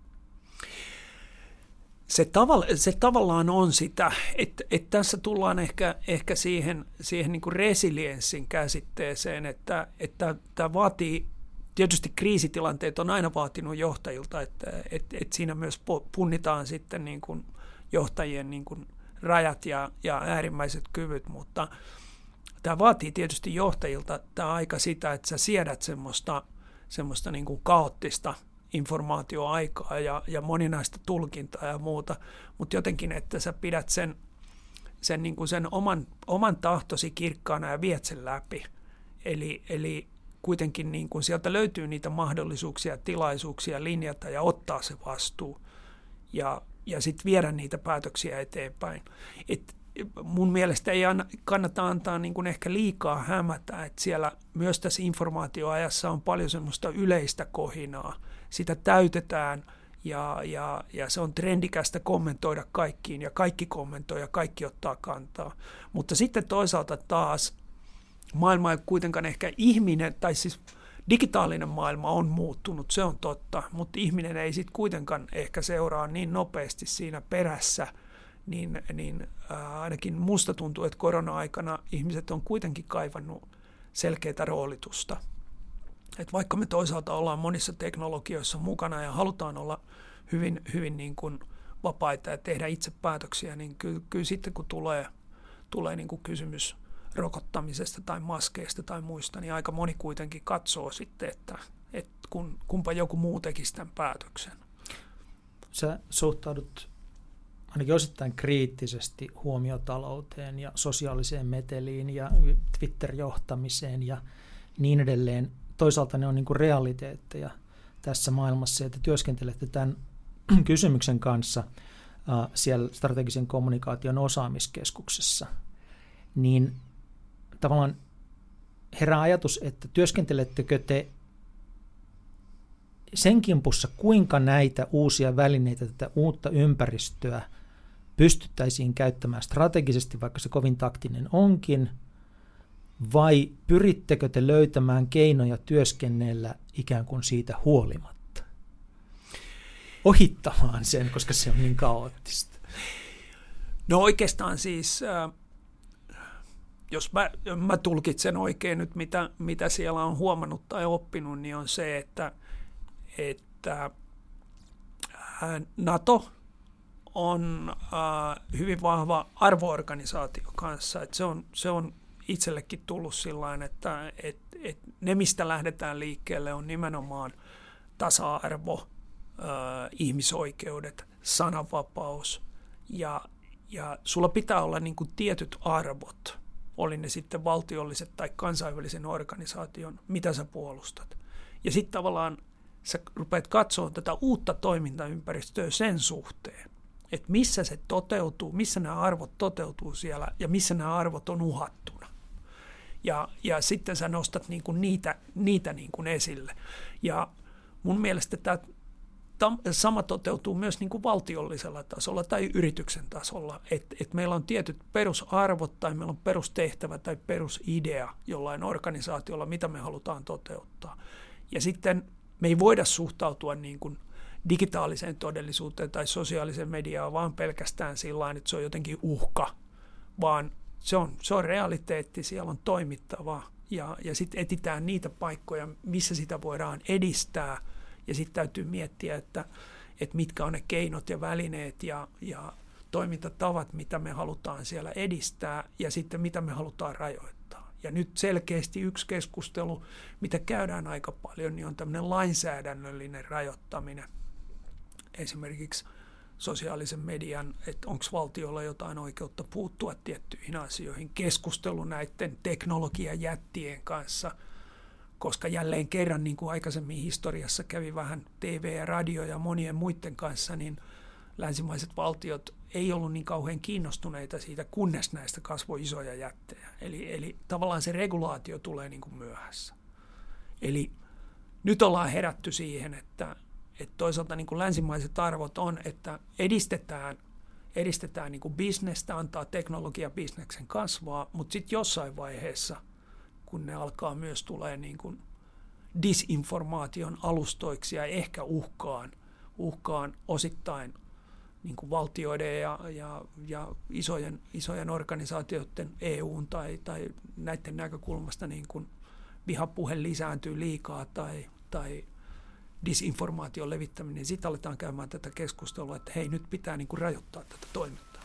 Se tavallaan on sitä, että tässä tullaan ehkä siihen niin kuin resilienssin käsitteeseen, että tämä vaatii, tietysti kriisitilanteet on aina vaatinut johtajilta, että siinä myös punnitaan sitten niin kuin johtajien niin kuin rajat ja äärimmäiset kyvyt, mutta tämä vaatii tietysti johtajilta tämä aika sitä, että sä siedät semmoista niin kuin kaoottista informaatioaikaa ja moninaista tulkintaa ja muuta, mutta jotenkin, että sä pidät sen niin kuin sen oman tahtosi kirkkaana ja viet sen läpi. Eli kuitenkin niin kuin sieltä löytyy niitä mahdollisuuksia ja tilaisuuksia linjata ja ottaa se vastuu ja sitten viedä niitä päätöksiä eteenpäin. Mun mielestä ei kannata antaa niin kuin ehkä liikaa hämätä, että siellä myös tässä informaatioajassa on paljon semmoista yleistä kohinaa. Sitä täytetään ja se on trendikästä kommentoida kaikkiin ja kaikki kommentoi ja kaikki ottaa kantaa. Mutta sitten toisaalta taas maailma ei kuitenkaan ehkä ihminen, tai siis digitaalinen maailma on muuttunut, se on totta, mutta ihminen ei sitten kuitenkaan ehkä seuraa niin nopeasti siinä perässä, niin ainakin musta tuntuu, että korona-aikana ihmiset on kuitenkin kaivannut selkeää roolitusta. Et vaikka me toisaalta ollaan monissa teknologioissa mukana ja halutaan olla hyvin niin kuin vapaita ja tehdä itse päätöksiä, niin kyllä sitten kun tulee niin kuin kysymys rokottamisesta tai maskeista tai muista, niin aika moni kuitenkin katsoo sitten, että kumpa joku muu tekisi tämän päätöksen. Sä suhtaudut ainakin osittain kriittisesti huomiotalouteen ja sosiaaliseen meteliin ja Twitter-johtamiseen ja niin edelleen. Toisaalta ne on niin kuin realiteetteja tässä maailmassa, ja te työskentelette tämän kysymyksen kanssa siellä strategisen kommunikaation osaamiskeskuksessa, niin tavallaan herää ajatus, että työskentelettekö te sen kimpussa, kuinka näitä uusia välineitä, tätä uutta ympäristöä pystyttäisiin käyttämään strategisesti, vaikka se kovin taktinen onkin, vai pyrittekö te löytämään keinoja työskennellä ikään kuin siitä huolimatta? Ohittamaan sen, koska se on niin kaoottista. No oikeastaan siis, jos mä tulkitsen oikein nyt, mitä siellä on huomannut tai oppinut, niin on se, että NATO on hyvin vahva arvoorganisaatio kanssa. Että se on itsellekin tullut sillain, että ne, mistä lähdetään liikkeelle, on nimenomaan tasa-arvo, ihmisoikeudet, sananvapaus ja sulla pitää olla niin kuin tietyt arvot, oli ne sitten valtiolliset tai kansainvälisen organisaation, mitä sä puolustat. Ja sitten tavallaan sä rupeat katsoa tätä uutta toimintaympäristöä sen suhteen, että missä se toteutuu, missä nämä arvot toteutuu siellä ja missä nämä arvot on uhattuna. Ja sitten sä nostat niin kuin niitä niin kuin esille. Ja mun mielestä tämä sama toteutuu myös niin kuin valtiollisella tasolla tai yrityksen tasolla, että meillä on tietyt perusarvot tai meillä on perustehtävä tai perusidea jollain organisaatiolla, mitä me halutaan toteuttaa. Ja sitten me ei voida suhtautua niin kuin digitaaliseen todellisuuteen tai sosiaaliseen mediaan vaan pelkästään sillain, että se on jotenkin uhka, vaan se on realiteetti, siellä on toimittava ja sitten etsitään niitä paikkoja, missä sitä voidaan edistää ja sitten täytyy miettiä, että mitkä on ne keinot ja välineet ja toimintatavat, mitä me halutaan siellä edistää ja sitten mitä me halutaan rajoittaa. Ja nyt selkeästi yksi keskustelu, mitä käydään aika paljon, niin on tämmöinen lainsäädännöllinen rajoittaminen. Esimerkiksi sosiaalisen median, että onko valtiolla jotain oikeutta puuttua tiettyihin asioihin, keskustelu näiden teknologiajättien kanssa, koska jälleen kerran, niin kuin aikaisemmin historiassa kävi vähän TV ja radio ja monien muiden kanssa, niin länsimaiset valtiot ei ollut niin kauhean kiinnostuneita siitä, kunnes näistä kasvoi isoja jättejä. Eli tavallaan se regulaatio tulee niin kuin myöhässä. Eli nyt ollaan herätty siihen, että toisaalta niin kuin länsimaiset arvot on, että edistetään niin kuin bisnestä, antaa teknologiabisneksen kasvaa, mutta sitten jossain vaiheessa, kun ne alkaa myös tulee niin kuin disinformaation alustoiksi ja ehkä uhkaan osittain niin kuin valtioiden ja isojen organisaatioiden EUn tai näiden näkökulmasta niin kuin vihapuhe lisääntyy liikaa tai disinformaation levittäminen, sitten aletaan käymään tätä keskustelua, että hei, nyt pitää niin kuin rajoittaa tätä toimintaa.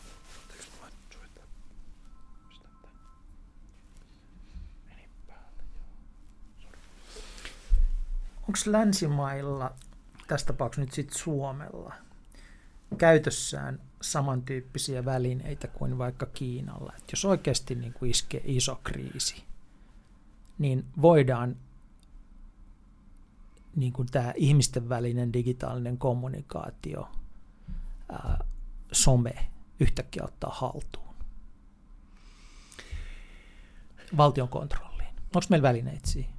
Onko länsimailla, tässä tapauksessa nyt sitten Suomella, käytössään samantyyppisiä välineitä kuin vaikka Kiinalla? Et jos oikeasti niin kuin iskee iso kriisi, niin voidaan niin kuin tämä ihmisten välinen digitaalinen kommunikaatio, some, yhtäkkiä ottaa haltuun valtion kontrolliin. Onko meillä välineitä siihen?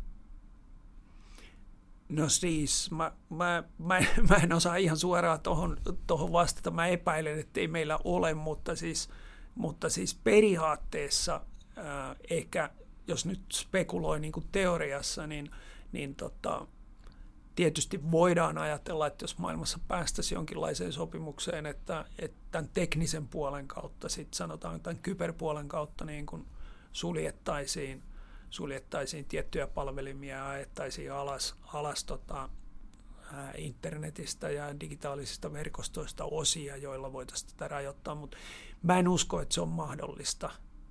No siis, mä en osaa ihan suoraan tuohon vastata. Mä epäilen, että ei meillä ole, mutta siis periaatteessa ehkä, jos nyt spekuloi niin kuin teoriassa, niin tietysti voidaan ajatella, että jos maailmassa päästäisiin jonkinlaiseen sopimukseen, että tämän teknisen puolen kautta, sitten sanotaan tämän kyberpuolen kautta niin kuin suljettaisiin tiettyjä palvelimia ja ajettaisiin alas internetistä ja digitaalisista verkostoista osia, joilla voitaisiin tätä rajoittaa, mutta mä en usko, että se on mahdollista.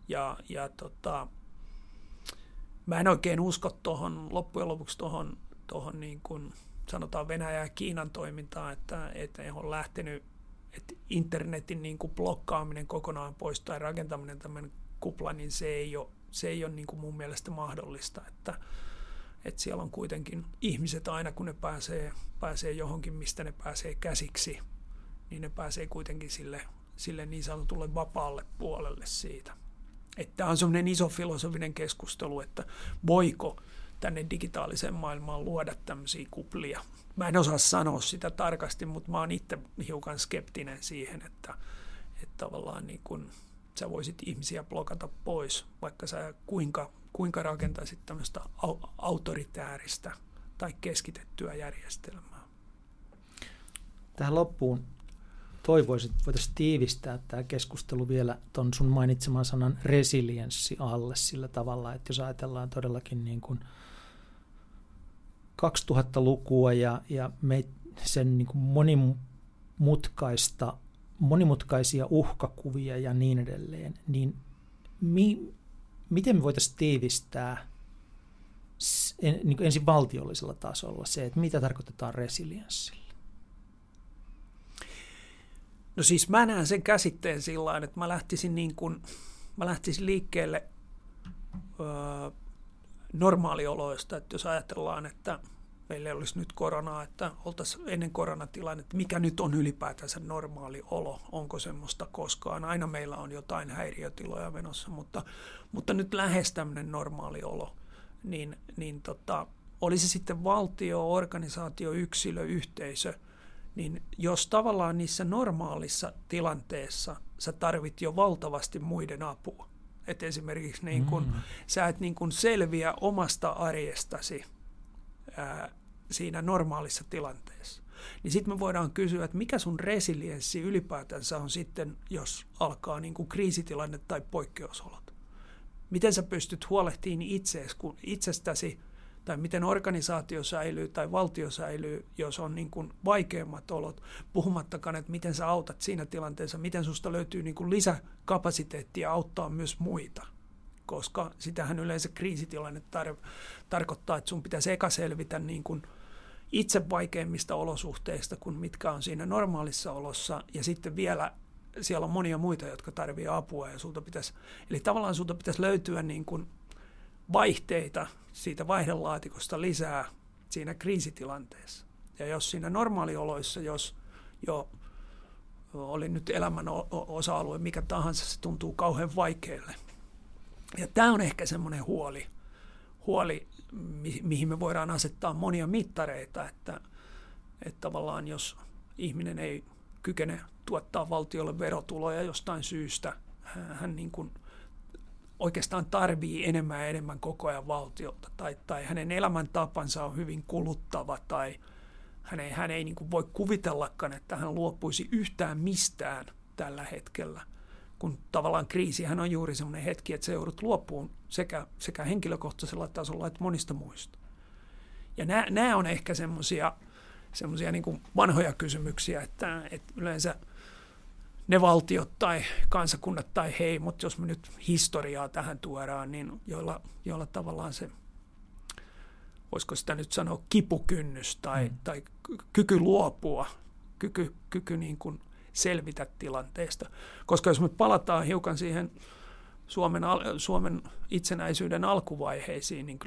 Mä en oikein usko loppujen lopuksi tuohon niin kuin sanotaan Venäjän ja Kiinan toimintaan, että he on lähtenyt, että internetin niin kuin blokkaaminen kokonaan pois tai rakentaminen tämän kupla, niin se ei ole niin kuin mun mielestä mahdollista, että siellä on kuitenkin ihmiset aina, kun ne pääsee johonkin, mistä ne pääsee käsiksi, niin ne pääsee kuitenkin sille niin sanotulle vapaalle puolelle siitä. Tämä on semmoinen iso filosofinen keskustelu, että voiko tänne digitaaliseen maailmaan luoda tämmöisiä kuplia. Mä en osaa sanoa sitä tarkasti, mutta mä oon itse hiukan skeptinen siihen, että tavallaan niin kun sä voisit ihmisiä blokata pois, vaikka sä kuinka rakentaisit tämmöistä autoritääristä tai keskitettyä järjestelmää. Tähän loppuun toivoisin, että voitaisiin tiivistää tämä keskustelu vielä tuon sun mainitseman sanan resilienssi alle sillä tavalla, että jos ajatellaan todellakin niin kuin 2000-lukua ja sen niin kuin monimutkaisia uhkakuvia ja niin edelleen, niin miten me voitaisiin tiivistää niin kuin ensin valtiollisella tasolla se, että mitä tarkoitetaan resilienssillä? No siis mä näen sen käsitteen sillä tavalla, että mä lähtisin liikkeelle normaalioloista, että jos ajatellaan, että meillä ei olisi nyt koronaa, että oltaisiin ennen koronatilannetta, mikä nyt on ylipäätänsä normaali olo, onko semmoista koskaan. Aina meillä on jotain häiriötiloja menossa, mutta nyt lähes tämmöinen normaali olo, niin oli se sitten valtio, organisaatio, yksilö, yhteisö, niin jos tavallaan niissä normaalissa tilanteessa sä tarvit jo valtavasti muiden apua, että esimerkiksi niin kun, sä et niin kun selviä omasta arjestasi siinä normaalissa tilanteessa, niin sitten me voidaan kysyä, että mikä sun resilienssi ylipäätänsä on sitten, jos alkaa niin kun kriisitilanne tai poikkeusolot. Miten sä pystyt huolehtimaan itsestäsi, tai miten organisaatio säilyy tai valtio säilyy, jos on niin kuin vaikeammat olot, puhumattakaan, että miten sä autat siinä tilanteessa, miten susta löytyy niin kuin lisäkapasiteettia auttaa myös muita, koska sitähän yleensä kriisitilanne tarkoittaa, että sun pitäisi eka selvitä niin kuin itse vaikeimmista olosuhteista kuin mitkä on siinä normaalissa olossa, ja sitten vielä siellä on monia muita, jotka tarvitsevat apua, ja eli tavallaan sulta pitäisi löytyä niin kuin vaihteita siitä vaihdelaatikosta lisää siinä kriisitilanteessa. Ja jos siinä normaalioloissa, jos jo oli nyt elämän osa-alue mikä tahansa, se tuntuu kauhean vaikealle. Ja tämä on ehkä semmoinen huoli, mihin me voidaan asettaa monia mittareita, että tavallaan jos ihminen ei kykene tuottaa valtiolle verotuloja jostain syystä, hän niin kuin oikeastaan tarvii enemmän ja enemmän koko ajan valtiolta, tai hänen elämäntapansa on hyvin kuluttava, tai hän ei niin kuin voi kuvitellakaan, että hän luopuisi yhtään mistään tällä hetkellä, kun tavallaan kriisihän on juuri semmoinen hetki, että se joudut luopuun sekä henkilökohtaisella tasolla että monista muista. Ja nämä on ehkä semmoisia niin kuin vanhoja kysymyksiä, että yleensä ne valtiot tai kansakunnat tai heimot, jos me nyt historiaa tähän tuodaan, niin joilla tavallaan se, voisiko sitä nyt sanoa, kipukynnys tai kyky luopua, kyky niin kuin selvitä tilanteesta. Koska jos me palataan hiukan siihen Suomen itsenäisyyden alkuvaiheisiin, niin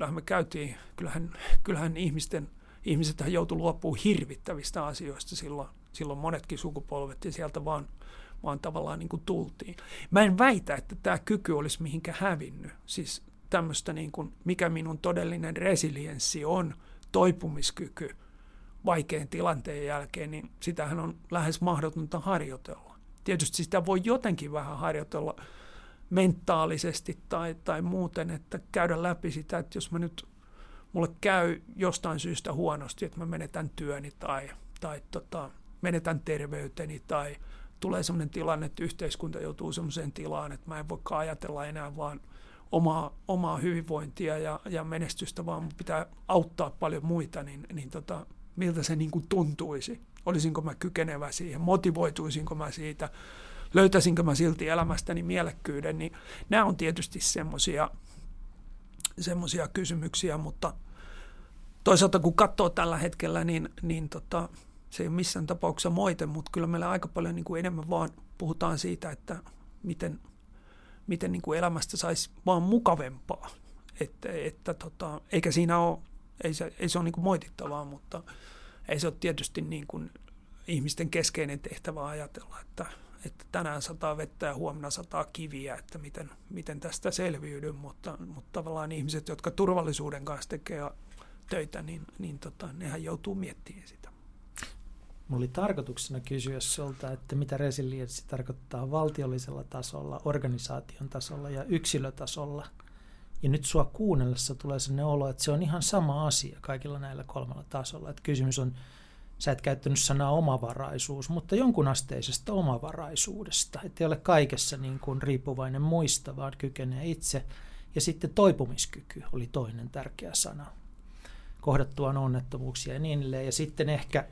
kyllähän ihmisethän joutui luopumaan hirvittävistä asioista silloin monetkin sukupolvet, ja sieltä vaan tavallaan niin kuin tultiin. Mä en väitä, että tämä kyky olisi mihinkään hävinnyt. Siis tämmöistä, niin kuin, mikä minun todellinen resilienssi on, toipumiskyky vaikean tilanteen jälkeen, niin sitähän on lähes mahdotonta harjoitella. Tietysti sitä voi jotenkin vähän harjoitella mentaalisesti tai muuten, että käydä läpi sitä, että jos mulle käy jostain syystä huonosti, että mä menetän työni tai menetän terveyteni tai tulee sellainen tilanne, että yhteiskunta joutuu sellaiseen tilaan, että mä en voikaan ajatella enää vaan omaa hyvinvointia ja menestystä, vaan pitää auttaa paljon muita, niin miltä se niin kuin tuntuisi? Olisinko mä kykenevä siihen? Motivoituisinko mä siitä? Löytäisinkö mä silti elämästäni mielekkyyden? Niin nämä on tietysti semmoisia kysymyksiä, mutta toisaalta kun katsoo tällä hetkellä, niin se ei ole missään tapauksessa moite, mutta kyllä meillä aika paljon niin kuin enemmän vaan puhutaan siitä, että miten niin kuin elämästä saisi vaan mukavempaa. Eikä siinä ole, ei se ole niin kuin moitittavaa, mutta ei se ole tietysti niin kuin ihmisten keskeinen tehtävä ajatella, että tänään sataa vettä ja huomenna sataa kiviä, että miten tästä selviydyn, mutta tavallaan ihmiset, jotka turvallisuuden kanssa tekee töitä, niin nehän joutuu miettimään sitä. Mulla oli tarkoituksena kysyä sulta, että mitä resilienssi tarkoittaa valtiollisella tasolla, organisaation tasolla ja yksilötasolla. Ja nyt sua kuunnellessa tulee sellainen olo, että se on ihan sama asia kaikilla näillä 3 tasolla. Että kysymys on, sä et käyttänyt sanaa omavaraisuus, mutta jonkunasteisesta omavaraisuudesta. Että ei ole kaikessa niin kuin riippuvainen muista, vaan kykenee itse. Ja sitten toipumiskyky oli toinen tärkeä sana. Kohdattuaan onnettomuuksia ja niin edelleen. Ja sitten ehkä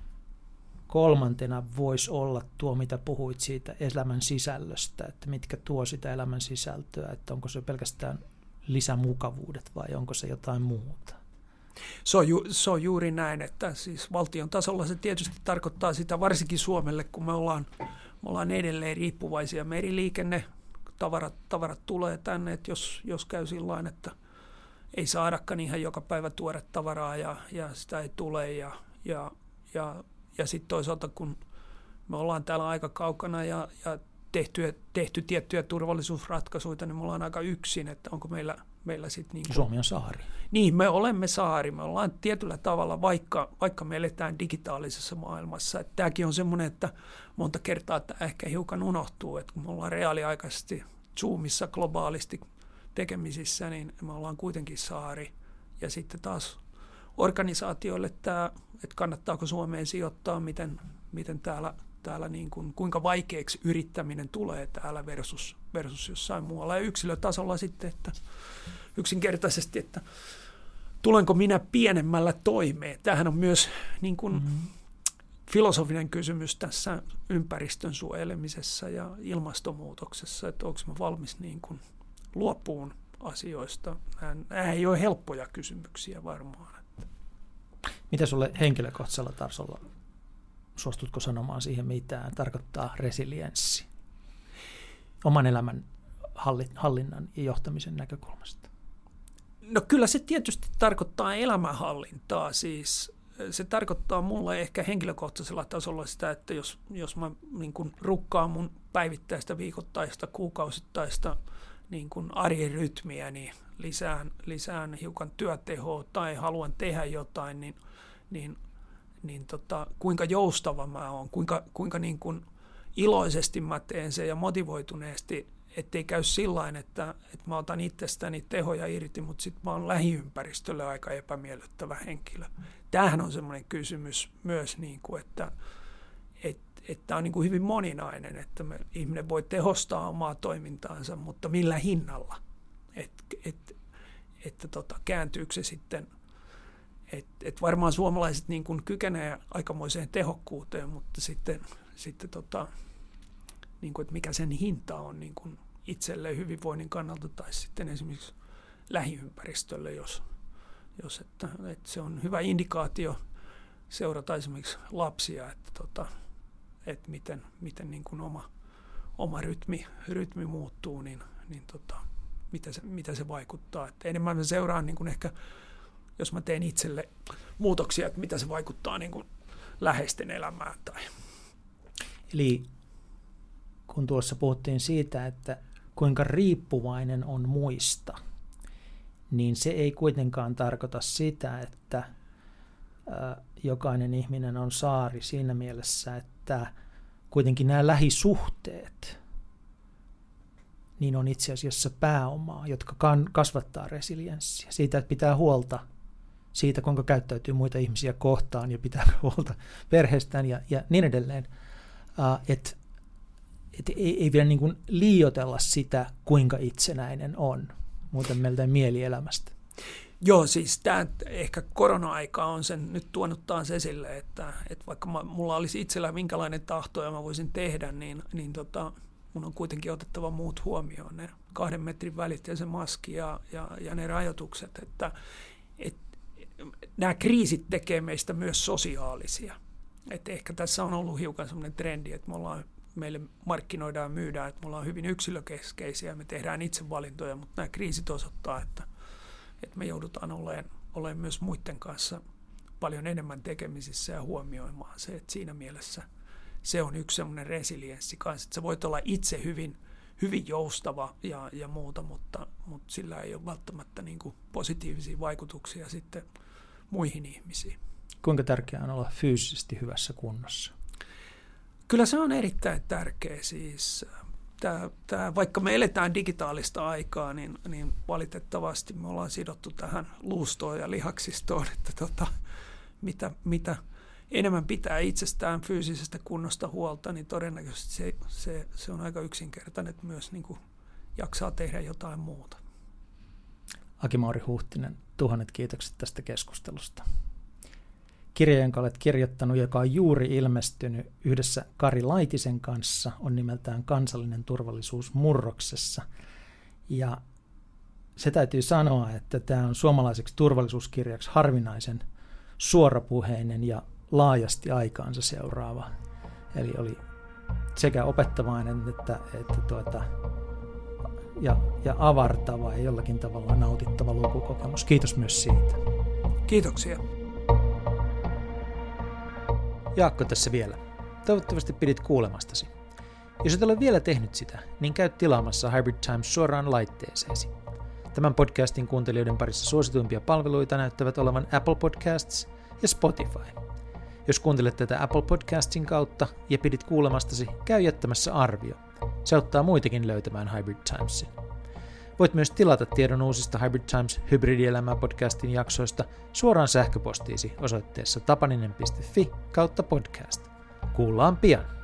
3. voisi olla tuo, mitä puhuit siitä elämän sisällöstä, että mitkä tuo sitä elämän sisältöä, että onko se pelkästään lisämukavuudet vai onko se jotain muuta? Se on juuri näin, että siis valtion tasolla se tietysti tarkoittaa sitä varsinkin Suomelle, kun me ollaan edelleen riippuvaisia meriliikenne, tavarat tulee tänne, että jos käy sillain, että ei saadakaan ihan joka päivä tuoda tavaraa ja sitä ei tule ja sitten toisaalta, kun me ollaan täällä aika kaukana ja tehty tiettyjä turvallisuusratkaisuja, niin me ollaan aika yksin, että onko meillä sitten... Niin Suomi on saari. Niin, me olemme saari. Me ollaan tietyllä tavalla, vaikka me eletään digitaalisessa maailmassa. Että tämäkin on semmoinen, että monta kertaa tämä ehkä hiukan unohtuu, että kun me ollaan reaaliaikaisesti Zoomissa globaalisti tekemisissä, niin me ollaan kuitenkin saari. Ja sitten taas organisaatioille tämä, että kannattaako Suomeen sijoittaa, miten täällä niin kuin, kuinka vaikeaksi yrittäminen tulee täällä versus jossain muualla. Ja yksilötasolla sitten, että yksinkertaisesti, että tulenko minä pienemmällä toimeen. Tämähän on myös niin kuin filosofinen kysymys tässä ympäristön suojelemisessa ja ilmastonmuutoksessa, että onko mä valmis niin kuin luopuun asioista. Nämä ei ole helppoja kysymyksiä varmaan. Mitä sulle henkilökohtaisella tasolla, suostutko sanomaan siihen mitään, tarkoittaa resilienssi oman elämän hallinnan ja johtamisen näkökulmasta? No kyllä se tietysti tarkoittaa elämänhallintaa, siis se tarkoittaa mulle ehkä henkilökohtaisella tasolla sitä, että jos mä niin kuin rukkaan mun päivittäistä, viikoittaista, kuukausittaista niin kuin arjen rytmiä, niin lisään hiukan työtehoa tai haluan tehdä jotain, niin kuinka joustava mä oon, kuinka niin kuin iloisesti mä teen sen ja motivoituneesti, ettei käy sillain, että mä otan itsestäni tehoja irti, mutta sitten mä oon lähiympäristölle aika epämiellyttävä henkilö. Tämähän on semmoinen kysymys myös, niin kuin, että on niin kuin hyvin moninainen, että ihminen voi tehostaa omaa toimintaansa, mutta millä hinnalla? Kääntyykö se sitten, että varmaan suomalaiset niin kuin kykenee aikamoiseen tehokkuuteen, mutta sitten niin kuin, että mikä sen hinta on niin kuin itselleen hyvinvoinnin kannalta tai sitten esimerkiksi lähiympäristölle, jos että se on hyvä indikaatio seurata esimerkiksi lapsia, että miten niin kuin oma rytmi muuttuu, niin mitä se vaikuttaa. Että enemmän mä seuraan niin kuin ehkä, jos mä teen itselle muutoksia, että mitä se vaikuttaa niin kuin läheisten elämään. Eli kun tuossa puhuttiin siitä, että kuinka riippuvainen on muista, niin se ei kuitenkaan tarkoita sitä, että jokainen ihminen on saari siinä mielessä, että kuitenkin nämä lähisuhteet niin on itse asiassa pääomaa, jotka kasvattaa resilienssiä. Siitä, että pitää huolta siitä, kuinka käyttäytyy muita ihmisiä kohtaan ja pitää huolta perheestään ja niin edelleen. Että ei vielä niin kuin liioitella sitä, kuinka itsenäinen on, muuten meiltä mielielämästä. Joo, siis tämä ehkä korona-aika on sen nyt tuonut taas esille, että vaikka mulla olisi itsellä minkälainen tahto ja mä voisin tehdä, niin mun on kuitenkin otettava muut huomioon, ne 2 metrin välit ja se maski ja ne rajoitukset, että nämä kriisit tekee meistä myös sosiaalisia. Että ehkä tässä on ollut hiukan sellainen trendi, että meille markkinoidaan ja myydään, että me ollaan hyvin yksilökeskeisiä, me tehdään itse valintoja, mutta nämä kriisit osoittaa, että me joudutaan olemaan myös muiden kanssa paljon enemmän tekemisissä ja huomioimaan se, että siinä mielessä se on yksi semmoinen resilienssi kanssa, että sä voit olla itse hyvin joustava ja muuta, mutta sillä ei ole välttämättä niin kuin positiivisia vaikutuksia sitten muihin ihmisiin. Kuinka tärkeää on olla fyysisesti hyvässä kunnossa? Kyllä se on erittäin tärkeä. Siis, vaikka me eletään digitaalista aikaa, niin valitettavasti me ollaan sidottu tähän luustoon ja lihaksistoon, että mitä enemmän pitää itsestään fyysisestä kunnosta huolta, niin todennäköisesti se on aika yksinkertainen, että myös niin kuin jaksaa tehdä jotain muuta. Aki-Mauri Huhtinen, 1000 kiitokset tästä keskustelusta. Kirja, jonka olet kirjoittanut, joka on juuri ilmestynyt yhdessä Kari Laitisen kanssa, on nimeltään Kansallinen turvallisuus murroksessa. Ja se täytyy sanoa, että tämä on suomalaiseksi turvallisuuskirjaksi harvinaisen suorapuheinen ja laajasti aikaansa seuraava. Eli oli sekä opettavainen ja avartava ja jollakin tavalla nautittava lukukokemus. Kiitos myös siitä. Kiitoksia. Jaakko tässä vielä. Toivottavasti pidit kuulemastasi. Jos et ole vielä tehnyt sitä, niin käy tilaamassa Hybrid Times suoraan laitteeseesi. Tämän podcastin kuuntelijoiden parissa suosituimpia palveluita näyttävät olevan Apple Podcasts ja Spotify. Jos kuuntelet tätä Apple Podcastin kautta ja pidit kuulemastasi, käy jättämässä arvio. Se auttaa muitakin löytämään Hybrid Timesin. Voit myös tilata tiedon uusista Hybrid Times Hybridielämää podcastin jaksoista suoraan sähköpostiisi osoitteessa tapaninen.fi/podcast. Kuullaan pian!